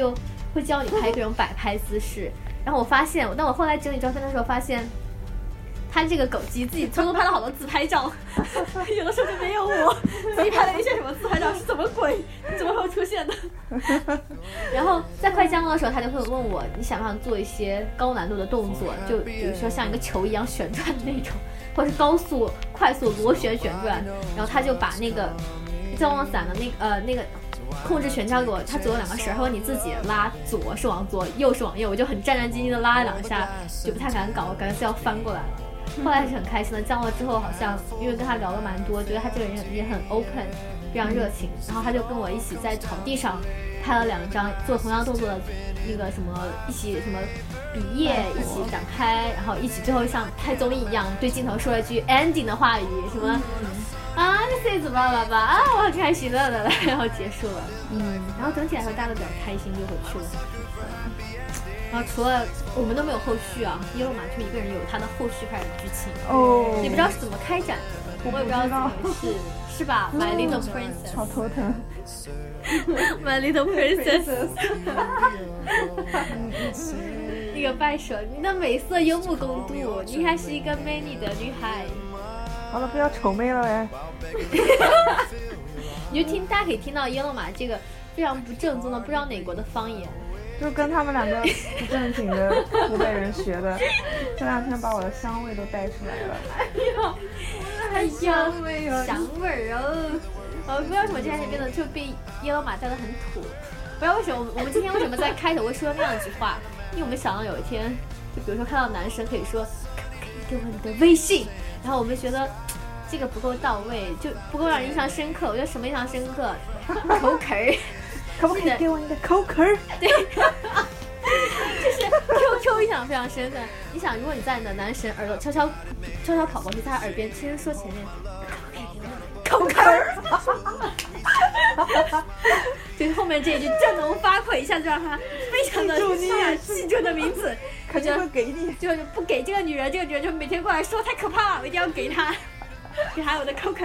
会教你拍各种摆拍姿势。然后我发现，当我后来整理照片的时候，发现他这个狗鸡自己偷偷拍了好多自拍照，有的时候就没有我自己拍了一些什么自拍照，是怎么鬼？怎么会出现的？然后在快降落的时候，他就会问我，你想不想做一些高难度的动作？就比如说像一个球一样旋转的那种，或者是高速、快速螺旋旋转。然后他就把那个降落伞的那个呃那个控制权交给我，他左右两个绳，他说你自己拉，左是往左，右是往右，我就很战战兢兢的拉了两下，就不太敢搞，我感觉是要翻过来了。后来还是很开心的，降落之后好像因为跟他聊了蛮多，觉得他这个人也很 open， 非常热情，然后他就跟我一起在草地上拍了两张做同样动作的那个什么，一起什么比耶，一起展开，然后一起最后像拍综艺一样对镜头说了一句 ending 的话语，什么啊这是怎么了吧啊我很开心的了，然后结束了。嗯，然后整体来说大家都比较开心就回去了。然后除了我们都没有后续啊，耶路马就一个人有他的后续开始剧情哦， 也不知道是怎么开展的，我也不知道怎么回事，是吧 ？My Little Princess， 好头疼。 My Little Princess， 那个拜手，你的美色幽默公主，你还是一个美丽的女孩。 好了，不要丑妹了呗。 你就听，大家可以听到耶路马这个非常不正宗的，不知道哪国的方言。 就跟他们两个不正经的湖北人学的，这两天把我的香味都带出来了。 哎呀，哎呀，香味儿哦！呃，不知道为什么这两天变得就被耶路马带得很土，不知道为什么。我们今天为什么在开头会说那样一句话？因为我们想到有一天，就比如说看到男生可以说，可不可以给我你的微信？然后我们觉得这个不够到位，就不够让人印象深刻。我觉得什么印象深刻？口渴儿。 可不可以给我你的口渴？ 对，就是 Q Q 印象非常深刻。你想，如果你在你的男神耳朵悄悄悄悄跑过去，在他耳边轻声说前面口渴，就是后面这一句振聋发聩，一下就让他非常的记住的名字， 肯定会给你。 就不给这个女人，这个女人就每天过来说太可怕了，我一定要给她，给她我的口渴。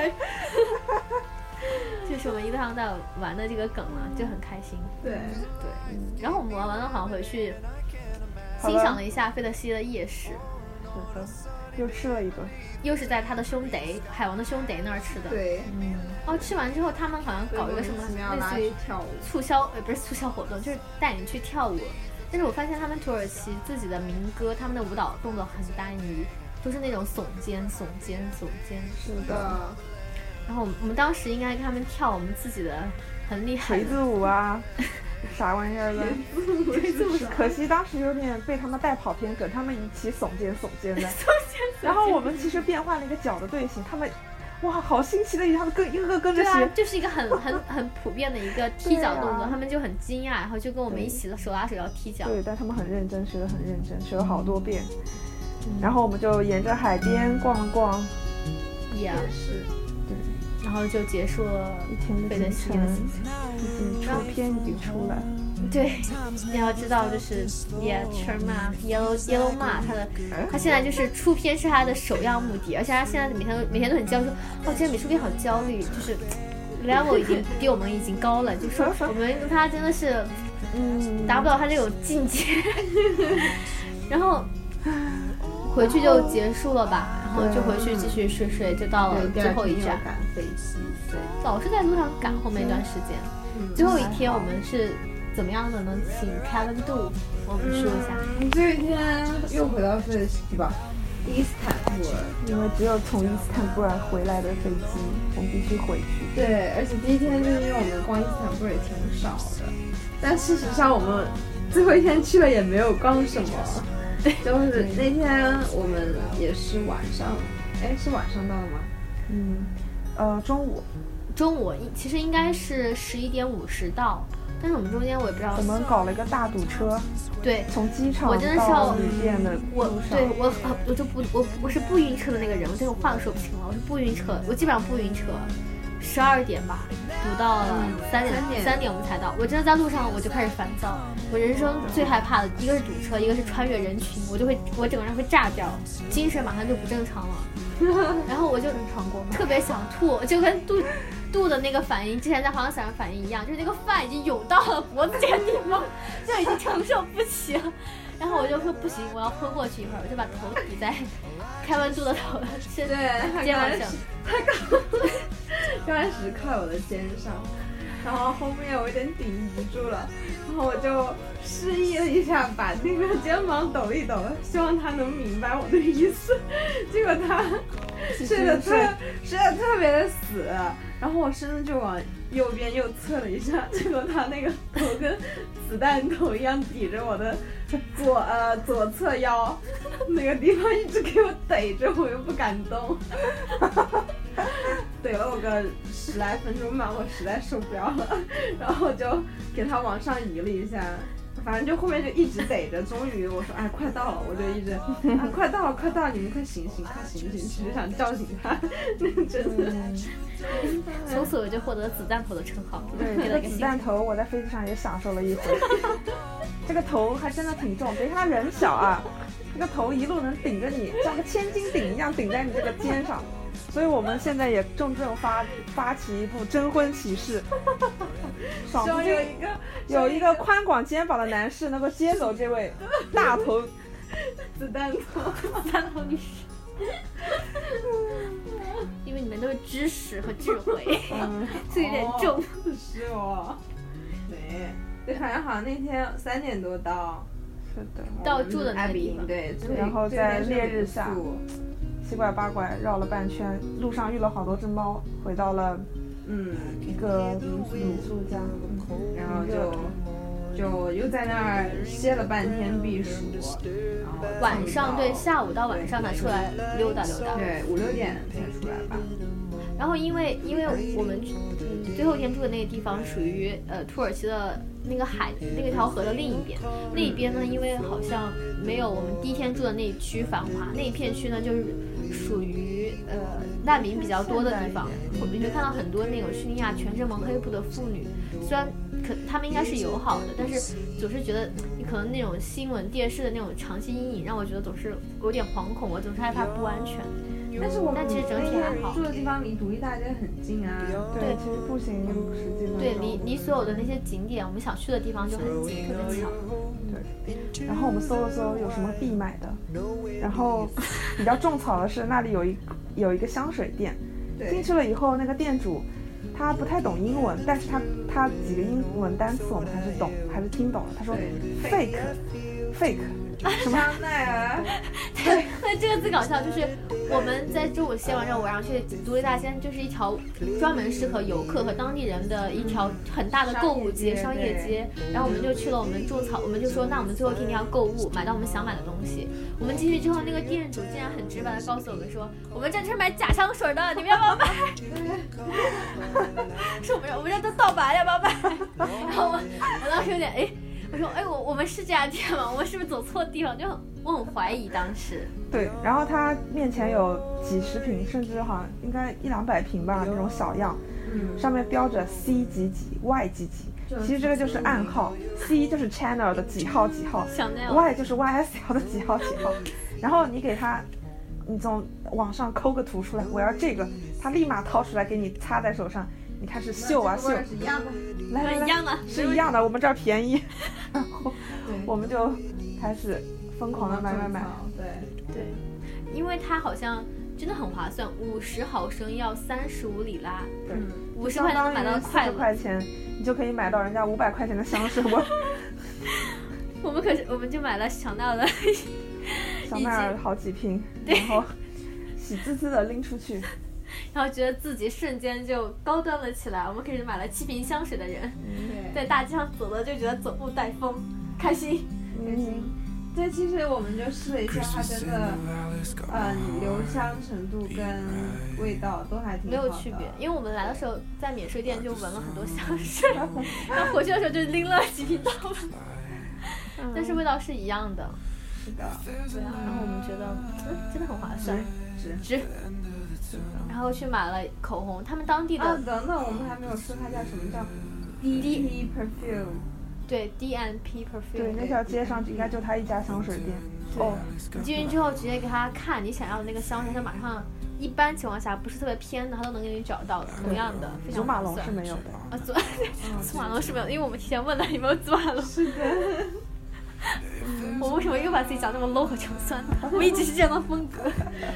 就是我们一路上在玩的这个梗啊，就很开心。 对对、嗯，然后我们玩完了，好像回去欣赏了一下费德西的夜市， 是的，又吃了一顿， 又是在他的兄弟海王的兄弟那儿吃的。 对， 嗯，哦，吃完之后他们好像搞一个什么类似于促销，呃，不是促销活动，就是带你去跳舞。但是我发现他们土耳其自己的民歌，他们的舞蹈动作很单一，都是那种耸肩、耸肩、耸肩。 是的。 然后我们当时应该跟他们跳我们自己的很厉害锤子舞啊，啥玩意儿的？ 锤子舞。 可惜当时有点被他们带跑偏，跟他们一起耸肩耸肩的。 耸肩。 然后我们其实变换了一个脚的队形，他们哇，好新奇的，他们跟一个个跟着学。 对啊，就是一个很很很普遍的一个踢脚动作，啊、他们就很惊讶，然后就跟我们一起手拉手要踢脚。 对，但他们很认真，学得很认真，学了好多遍。嗯、然后我们就沿着海边逛了逛。 也、yeah. 是。 然后就结束了一天的行程，已经出片已经出来了。 对，你要知道，就是 Yeah Cherma Yellow Yellow Ma 他的他现在就是出片是他的首要目的，而且他现在每天都每天都很焦虑，说哦，今天没出片好焦虑，就是 level 已经比我们已经高了，就说我们跟他真的是嗯达不到他这种境界，然后。回去就结束了吧，然后就回去继续睡睡，就到了最后一站。 赶飞机， 对，老是在路上赶后面一段时间。嗯、最后一天我们是怎么样的呢？请 Kevin 度我们说一下。 嗯、最后一天又回到费德西吧，伊斯坦布尔， 因为只有从伊斯坦布尔回来的飞机，我们必须回去。 对，而且第一天就是因为我们逛伊斯坦布尔也挺少的，但事实上我们最后一天去了也没有逛什么。就是那天我们也是晚上，哎，是晚上到的吗？ 嗯，呃，中午， 中午其实应该是十一点五十到，但是我们中间我也不知道。 我们搞了一个大堵车， 对， 从机场我真的是到旅店的路上。 对我，我就不我我是不晕车的那个人，我这个话都说不清了，我是不晕车，我基本上不晕车。十二点吧，堵到了三点，三点我们才到。我真的在路上我就开始烦躁。我人生最害怕的一个是堵车，一个是穿越人群，我就会我整个人会炸掉，精神马上就不正常了。然后我就特别想吐，就跟肚度的那个反应，之前在滑翔伞上反应一样，就是那个饭已经涌到了脖子这个地方，就已经承受不起了。然后我就说不行，我要昏过去一会儿，我就把头抵在开温度的头是对肩膀上。 他刚刚开始靠我的肩上，然后后面我有点顶不住了，然后我就示意了一下，把那个肩膀抖一抖，希望他能明白我的意思。结果他睡得特睡得特别的死，然后我身子就往右边又侧了一下，结果他那个头跟子弹头一样抵着我的左呃左侧腰那个地方，一直给我逮着，我又不敢动。怼了我个十来分钟吧，我实在受不了了，然后就给他往上移了一下，反正就后面就一直逮着，终于我说哎快到了，我就一直啊快到了快到了，你们快醒醒快醒醒，其实想叫醒他，那真的。 从此我就获得子弹头的称号。 对，这个子弹头我在飞机上也享受了一回。这个头还真的挺重，别看他人小啊，这个头一路能顶着你，像个千斤顶一样顶在你这个肩上。所以我们现在也重正发发起一部征婚启事，爽不有一个有一个宽广肩膀的男士能够接走这位大头子弹头子弹头女士。因为你们都是知识和智慧，嗯，所以有点重。 是哦，对，对，好像好像那天三点多到， 是的， 到住的那个地方， 对， 然后在烈日下，七拐八拐绕了半圈，路上遇了好多只猫，回到了嗯一个民宿家， 然后就。就又在那儿歇了半天避暑，然后晚上对下午到晚上才出来溜达溜达， 对五六点才出来吧。 然后因为因为我们嗯最后一天住的那个地方属于呃土耳其的那个海那个条河的另一边，那一边呢因为好像没有我们第一天住的那一区繁华，那一片区呢就是属于呃难民比较多的地方，我们就看到很多那种叙利亚全身蒙黑布的妇女，虽然可他们应该是友好的，但是总是觉得你可能那种新闻电视的那种长期阴影让我觉得总是有点惶恐，我总是害怕不安全。 但是我们但其实整体还好， 住的地方离独立大街很近啊。 对，其实步行实际上对离离所有的那些景点，我们想去的地方就很近，特别巧。 对，然后我们搜了搜有什么必买的，然后比较种草的是那里有一有一个香水店，进去了以后那个店主他不太懂英文，但是他他几个英文单词我们还是懂，还是听懂了。他说 fake fake 什么香奈儿。 对，那这个最搞笑就是我们在中午歇完之后，晚上去独立大街，就是一条专门适合游客和当地人的一条很大的购物街、商业街。然后我们就去了，我们种草，我们就说那我们最后天天要购物，买到我们想买的东西。我们进去之后，那个店主竟然很直白的告诉我们说，我们这是买假香水的，你们要不要买？是我们我们这都盗版，要不要买？然后我我当时有点哎。我说哎，我我们是这家店吗？我们是不是走错地方？就很我很怀疑当时。 对，然后他面前有几十瓶，甚至好像应该一两百瓶吧，那种小样，嗯，上面标着 C 几几 Y 几几，其实这个就是暗号 ，C 就是 Chanel 的几号几号 ，Y 就是 Y S L 的几号几号，然后你给他，你从网上抠个图出来，我要这个，他立马掏出来给你擦在手上。你开始秀啊秀， 是一样的， 来来来，一样的， 是一样的，我们这儿便宜，然后我们就开始疯狂的买买买， 对对，因为它好像真的很划算，五十毫升要三十五里拉， 对， 五十块能买到快乐， 块钱你就可以买到人家五百块钱的香水。我我们可是我们就买了香奈儿的， 香奈儿好几瓶，然后喜滋滋的拎出去。 然后觉得自己瞬间就高端了起来，我们可是买了七瓶香水的人， 嗯、 在大街上走的就觉得走路带风，开心， 开心。对，其实我们就试了一下，它真的，嗯，留香程度跟味道都还挺好的， 没有区别。因为我们来的时候在免税店就闻了很多香水，然后回去的时候就拎了几瓶到了，嗯、但是味道是一样的。 是的， 对啊。然后我们觉得，嗯，真的很划算， 值值。然后去买了口红，他们当地的。 啊，等等，我们还没有说它叫什么，叫 D P Perfume。 对 ，D and P Perfume。 对，那条街上应该就他一家香水店。 哦，你进去之后直接给他看你想要的那个香水，他马上一般情况下不是特别偏的，它都能给你找到的，同样的，非常祖马龙是没有的。 啊，祖祖马龙是没有的，因为我们提前问了有没有祖马龙。 是的。 我为什么又把自己讲那么 low 和穷酸呢？我一直是这样的风格。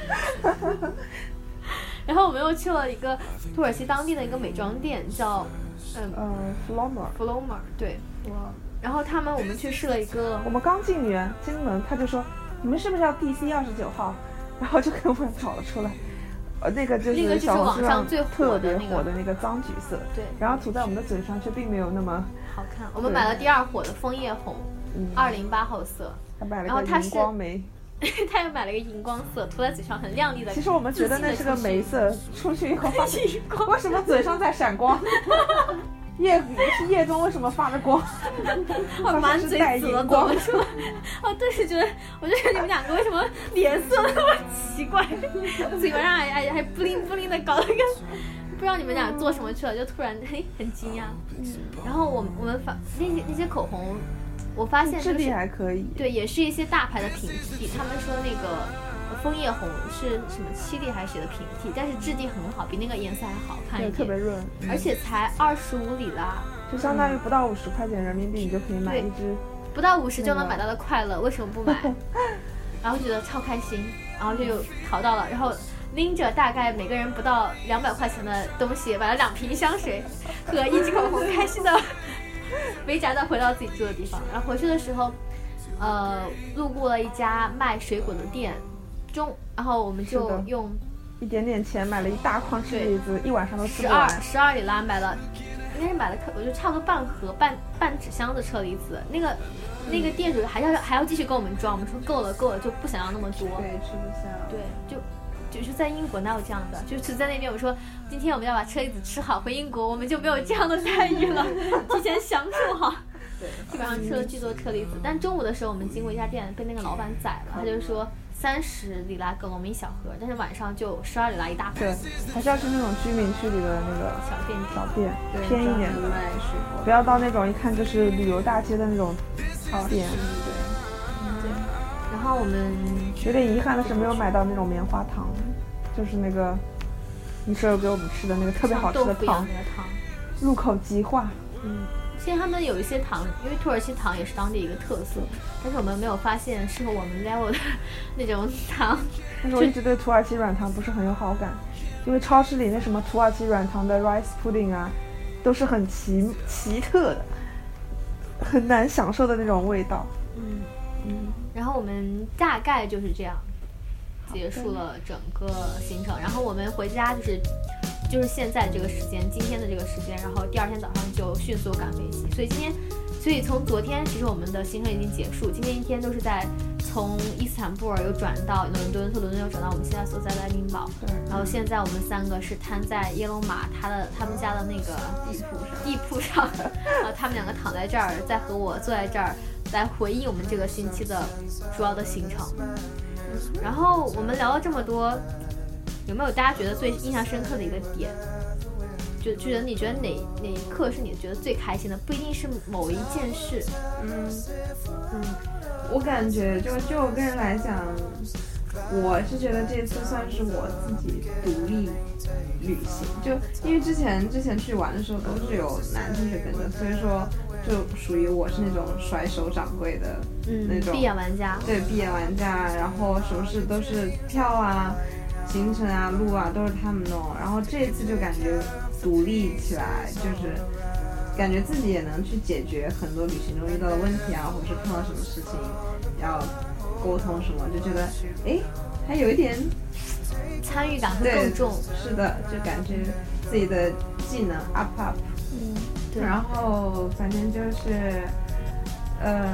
然后我们又去了一个土耳其当地的一个美妆店，叫嗯呃 Flomar Flomar 对。然后他们我们去试了一个， 我们刚进园进门他就说你们是不是要 D C 二十九号，然后就给我们找了出来。呃，那个就是小红书上特别火的那个脏橘色， 对， 然后涂在我们的嘴上却并没有那么好看。我们买了第二火的枫叶红，二零八号色， 他买了个荧光眉， 他又买了一个荧光色，涂在嘴上很亮丽的。 其实我们觉得那是个眉色，出去以后发现为什么嘴上在闪光？夜是夜中为什么发着光？ 我满嘴紫了，怎么说？哦，顿时觉得，我觉得你们两个为什么脸色那么奇怪，嘴巴上还还还不灵不灵的搞了个，不知道你们俩做什么去了，就突然嘿很惊讶。嗯，然后我们我们发那些那些口红，我发现、就是、 质地还可以， 对，也是一些大牌的平替，他们说那个。枫叶红是什么七粒还是谁的平替，但是质地很好，比那个颜色还好看一点， 特别润， 而且才二十五里拉， 就相当于不到五十块钱人民币，你就可以买一支， 不到五十就能买到的快乐，为什么不买？然后觉得超开心，然后就有淘到了，然后拎着大概每个人不到两百块钱的东西，买了两瓶香水和一支口红，开心的没夹的回到自己住的地方。然后回去的时候，呃，路过了一家卖水果的店。中，然后我们就用一点点钱买了一大筐车厘子，一晚上都吃不完。十二十二里拉买了，应该是买了，我就差不多半盒半半纸箱的车厘子。那个那个店主还要还要继续跟我们装，我们说够了够了，就不想要那么多。 对，吃不下。 对，就就是在英国哪有这样的？就是在那边我说今天我们要把车厘子吃好，回英国我们就没有这样的待遇了，提前享受好。对，基本上吃了巨多车厘子。但中午的时候我们经过一家店，被那个老板宰了，他就说。三十里拉给了我们一小盒，但是晚上就十二里拉一大盒。 对，还是要去那种居民区里的那个小店小店，偏一点的， 不要到那种一看就是旅游大街的那种店。 对，对。然后我们有点遗憾的是没有买到那种棉花糖，就是那个你舍友给我们吃的那个特别好吃的糖， 那个糖， 入口即化。 嗯。现在他们有一些糖，因为土耳其糖也是当地一个特色，但是我们没有发现适合我们 level 的那种糖。 但是我一直对土耳其软糖不是很有好感，因为超市里那什么土耳其软糖的 rice pudding 啊，都是很奇奇特的，很难享受的那种味道。 嗯嗯。然后我们大概就是这样结束了整个行程，然后我们回家就是。就是现在这个时间，今天的这个时间，然后第二天早上就迅速赶飞机，所以今天，所以从昨天其实我们的行程已经结束，今天一天都是在从伊斯坦布尔又转到伦敦，从伦敦又转到我们现在所在的爱丁堡，然后现在我们三个是瘫在耶龙马他的他们家的那个地铺上， 地铺上，然后他们两个躺在这儿，在和我坐在这儿来回忆我们这个星期的主要的行程，然后我们聊了这么多。有没有大家觉得最印象深刻的一个点？就觉得你觉得哪哪一刻是你觉得最开心的？不一定是某一件事。 嗯嗯，我感觉就就我个人来讲，我是觉得这次算是我自己独立旅行，就因为之前之前去玩的时候都是有男同学跟着，所以说就属于我是那种甩手掌柜的那种闭眼玩家。 对，闭眼玩家，然后什么事都是票啊。行程啊路啊都是他们弄，然后这次就感觉独立起来，就是感觉自己也能去解决很多旅行中遇到的问题啊，或者是碰到什么事情要沟通什么，就觉得哎还有一点参与感会更重。 是的，就感觉自己的技能 up up。 嗯，对。 然后反正就是嗯，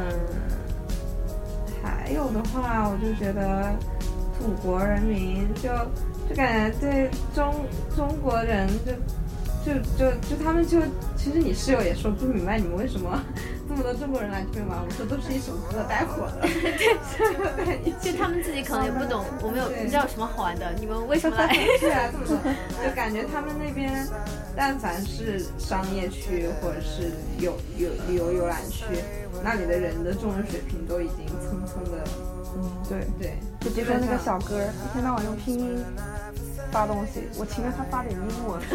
还有的话我就觉得土国人民就就感觉对中中国人就就就就他们就其实你室友也说不明白你们为什么这么多中国人来这边玩，我说都是一手资带火的。 对，就他们自己可能也不懂，我们有不知道有什么好玩的，你们为什么来？ 是啊，这么说就感觉他们那边但凡是商业区或者是有有旅游游览区，那里的人的中文水平都已经蹭蹭的。 嗯，对对， 就比如说那个小哥，一天到晚用拼音发东西，我情愿他发点英文。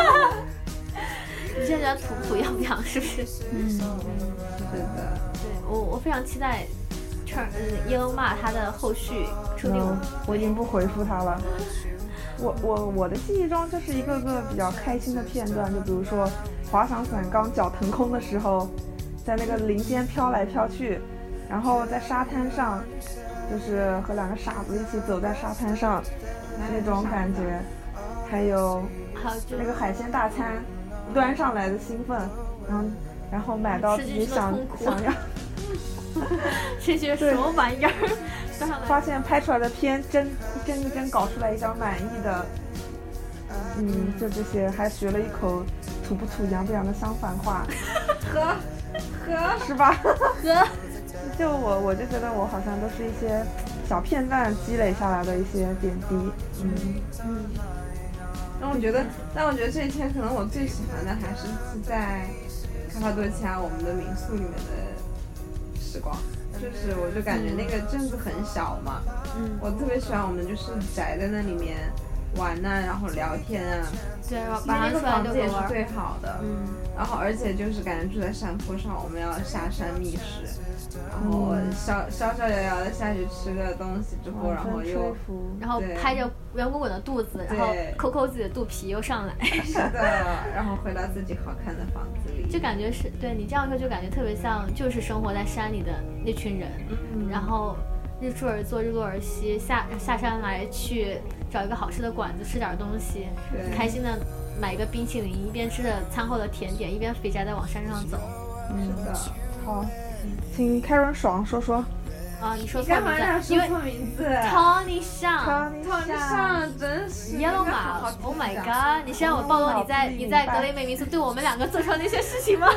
你现在觉得土不土洋不洋是不是？ 嗯，是的。 对我我非常期待 Turn 呃 Yellow Ma 他的后续说不定我、 嗯、我已经不回复他了。我我我的记忆中就是一个个比较开心的片段，就比如说滑翔伞刚脚腾空的时候，在那个林间飘来飘去，然后在沙滩上，就是和两个傻子一起走在沙滩上那种感觉，还有那个海鲜大餐端上来的兴奋，然后然后买到自己想想要， 这些什么玩意儿？ 发现拍出来的片真一帧一帧搞出来一张满意的，嗯，就这些，还学了一口土不土洋不洋的相反话， 呵呵是吧？ 呵， 就我我就觉得我好像都是一些小片段积累下来的一些点滴，嗯嗯。但我觉得，但我觉得这一天可能我最喜欢的还是在卡帕多奇亚我们的民宿里面的时光。就是我就感觉那个镇子很小嘛，嗯，我特别喜欢我们就是宅在那里面玩呐、啊，然后聊天啊， 对， 那个房子也是最好的，嗯，然后而且就是感觉住在山坡上，我们要下山觅食，然后逍逍逍遥遥的下去吃个东西之后，然后又然后拍着圆滚滚的肚子，然后抠抠自己的肚皮又上来， 是的，然后回到自己好看的房子里， 就感觉是对你这样说就感觉特别像就是生活在山里的那群人，嗯、然后日出而作日落而息，下下山来去找一个好吃的馆子吃点东西，开心的买一个冰淇淋，一边吃着餐后的甜点，一边肥宅的往山上走。 嗯，是的。 好，请 Karen 爽说说。 啊，你说错名字， 因为说错名字。 Tony 上 ，Tony 上真是 Yellow Ma。Oh my god！ 你是让我暴露你在你在格雷美民宿对我们两个做出的那些事情吗？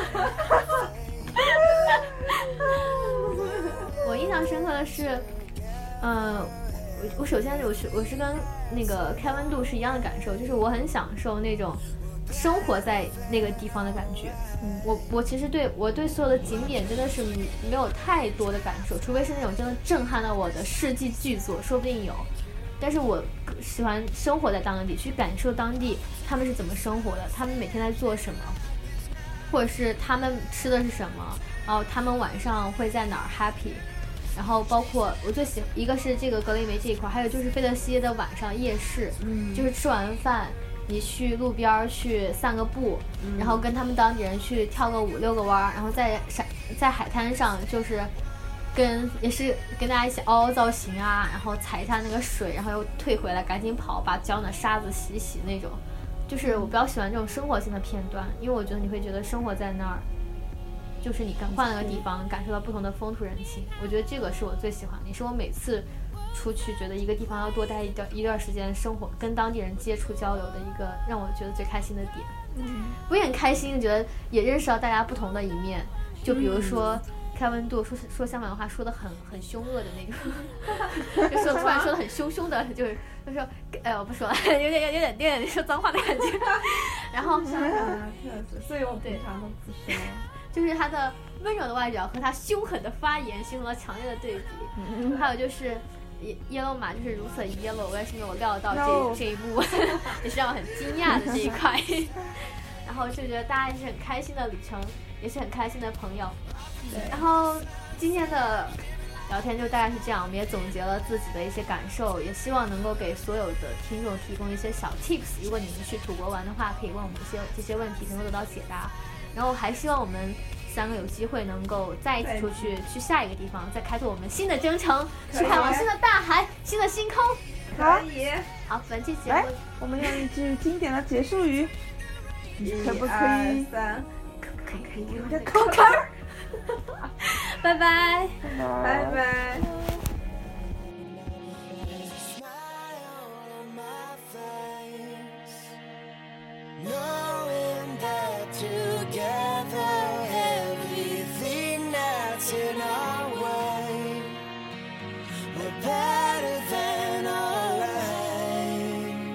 我印象深刻的是，嗯、呃，我我首先我是我是跟那个开温度是一样的感受，就是我很享受那种生活在那个地方的感觉。嗯，我我其实对我对所有的景点真的是没有太多的感受，除非是那种真的震撼了我的世纪巨作，说不定有。但是我喜欢生活在当地，去感受当地他们是怎么生活的，他们每天在做什么，或者是他们吃的是什么，然后他们晚上会在哪儿 happy。然后包括我最喜欢一个是这个格雷梅这一块，还有就是费德西耶的晚上夜市，嗯，就是吃完饭你去路边去散个步，嗯，然后跟他们当地人去跳个五六个弯，然后在山在海滩上就是跟也是跟大家一起凹凹造型啊，然后踩一下那个水，然后又退回来赶紧跑把脚的沙子洗洗那种，就是我比较喜欢这种生活性的片段，因为我觉得你会觉得生活在那儿就是你换了个地方感受到不同的风土人情，我觉得这个是我最喜欢的，也是我每次出去觉得一个地方要多待一段一段时间生活跟当地人接触交流的一个让我觉得最开心的点。嗯，我也很开心觉得也认识到大家不同的一面，就比如说、嗯、开温度说说香港的话说的很很凶恶的那种就说突然说的很凶凶的，就是就说哎我不说了有点有点有点说脏话的感觉然后香港的特色，所以我平常都不说， 就是他的温柔的外表和他凶狠的发言形成了强烈的对比、嗯、还有就是Yellow Ma就是如此 yellow， 我也是没有料到这、no. 这一幕也是让我很惊讶的这一块然后就觉得大家也是很开心的旅程，也是很开心的朋友。对，然后今天的聊天就大概是这样，我们也总结了自己的一些感受，也希望能够给所有的听众提供一些小 tips， 如果你们去土国玩的话可以问我们一些这些问题能够得到解答，然后还希望我们三个有机会能够再一次出去，去下一个地方，再开拓我们新的征程，去看望新的大海、新的星空。 可以。 好，本期节目我们用一句经典的结束语，可不可以？ 三， 可不可以？可以有点口口。 拜拜， 拜拜。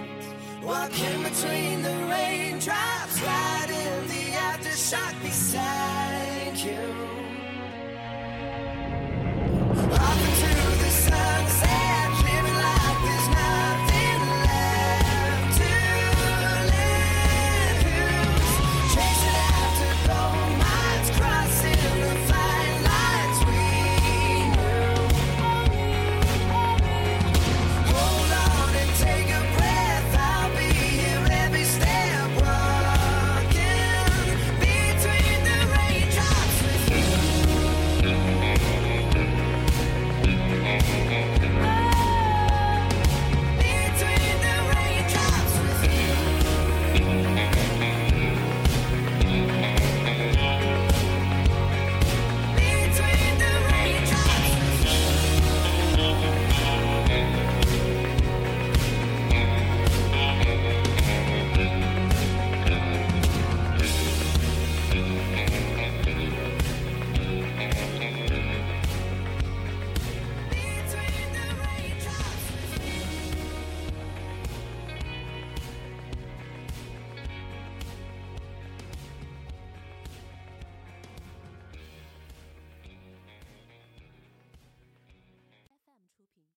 Between the raindrops, right in the aftershock beside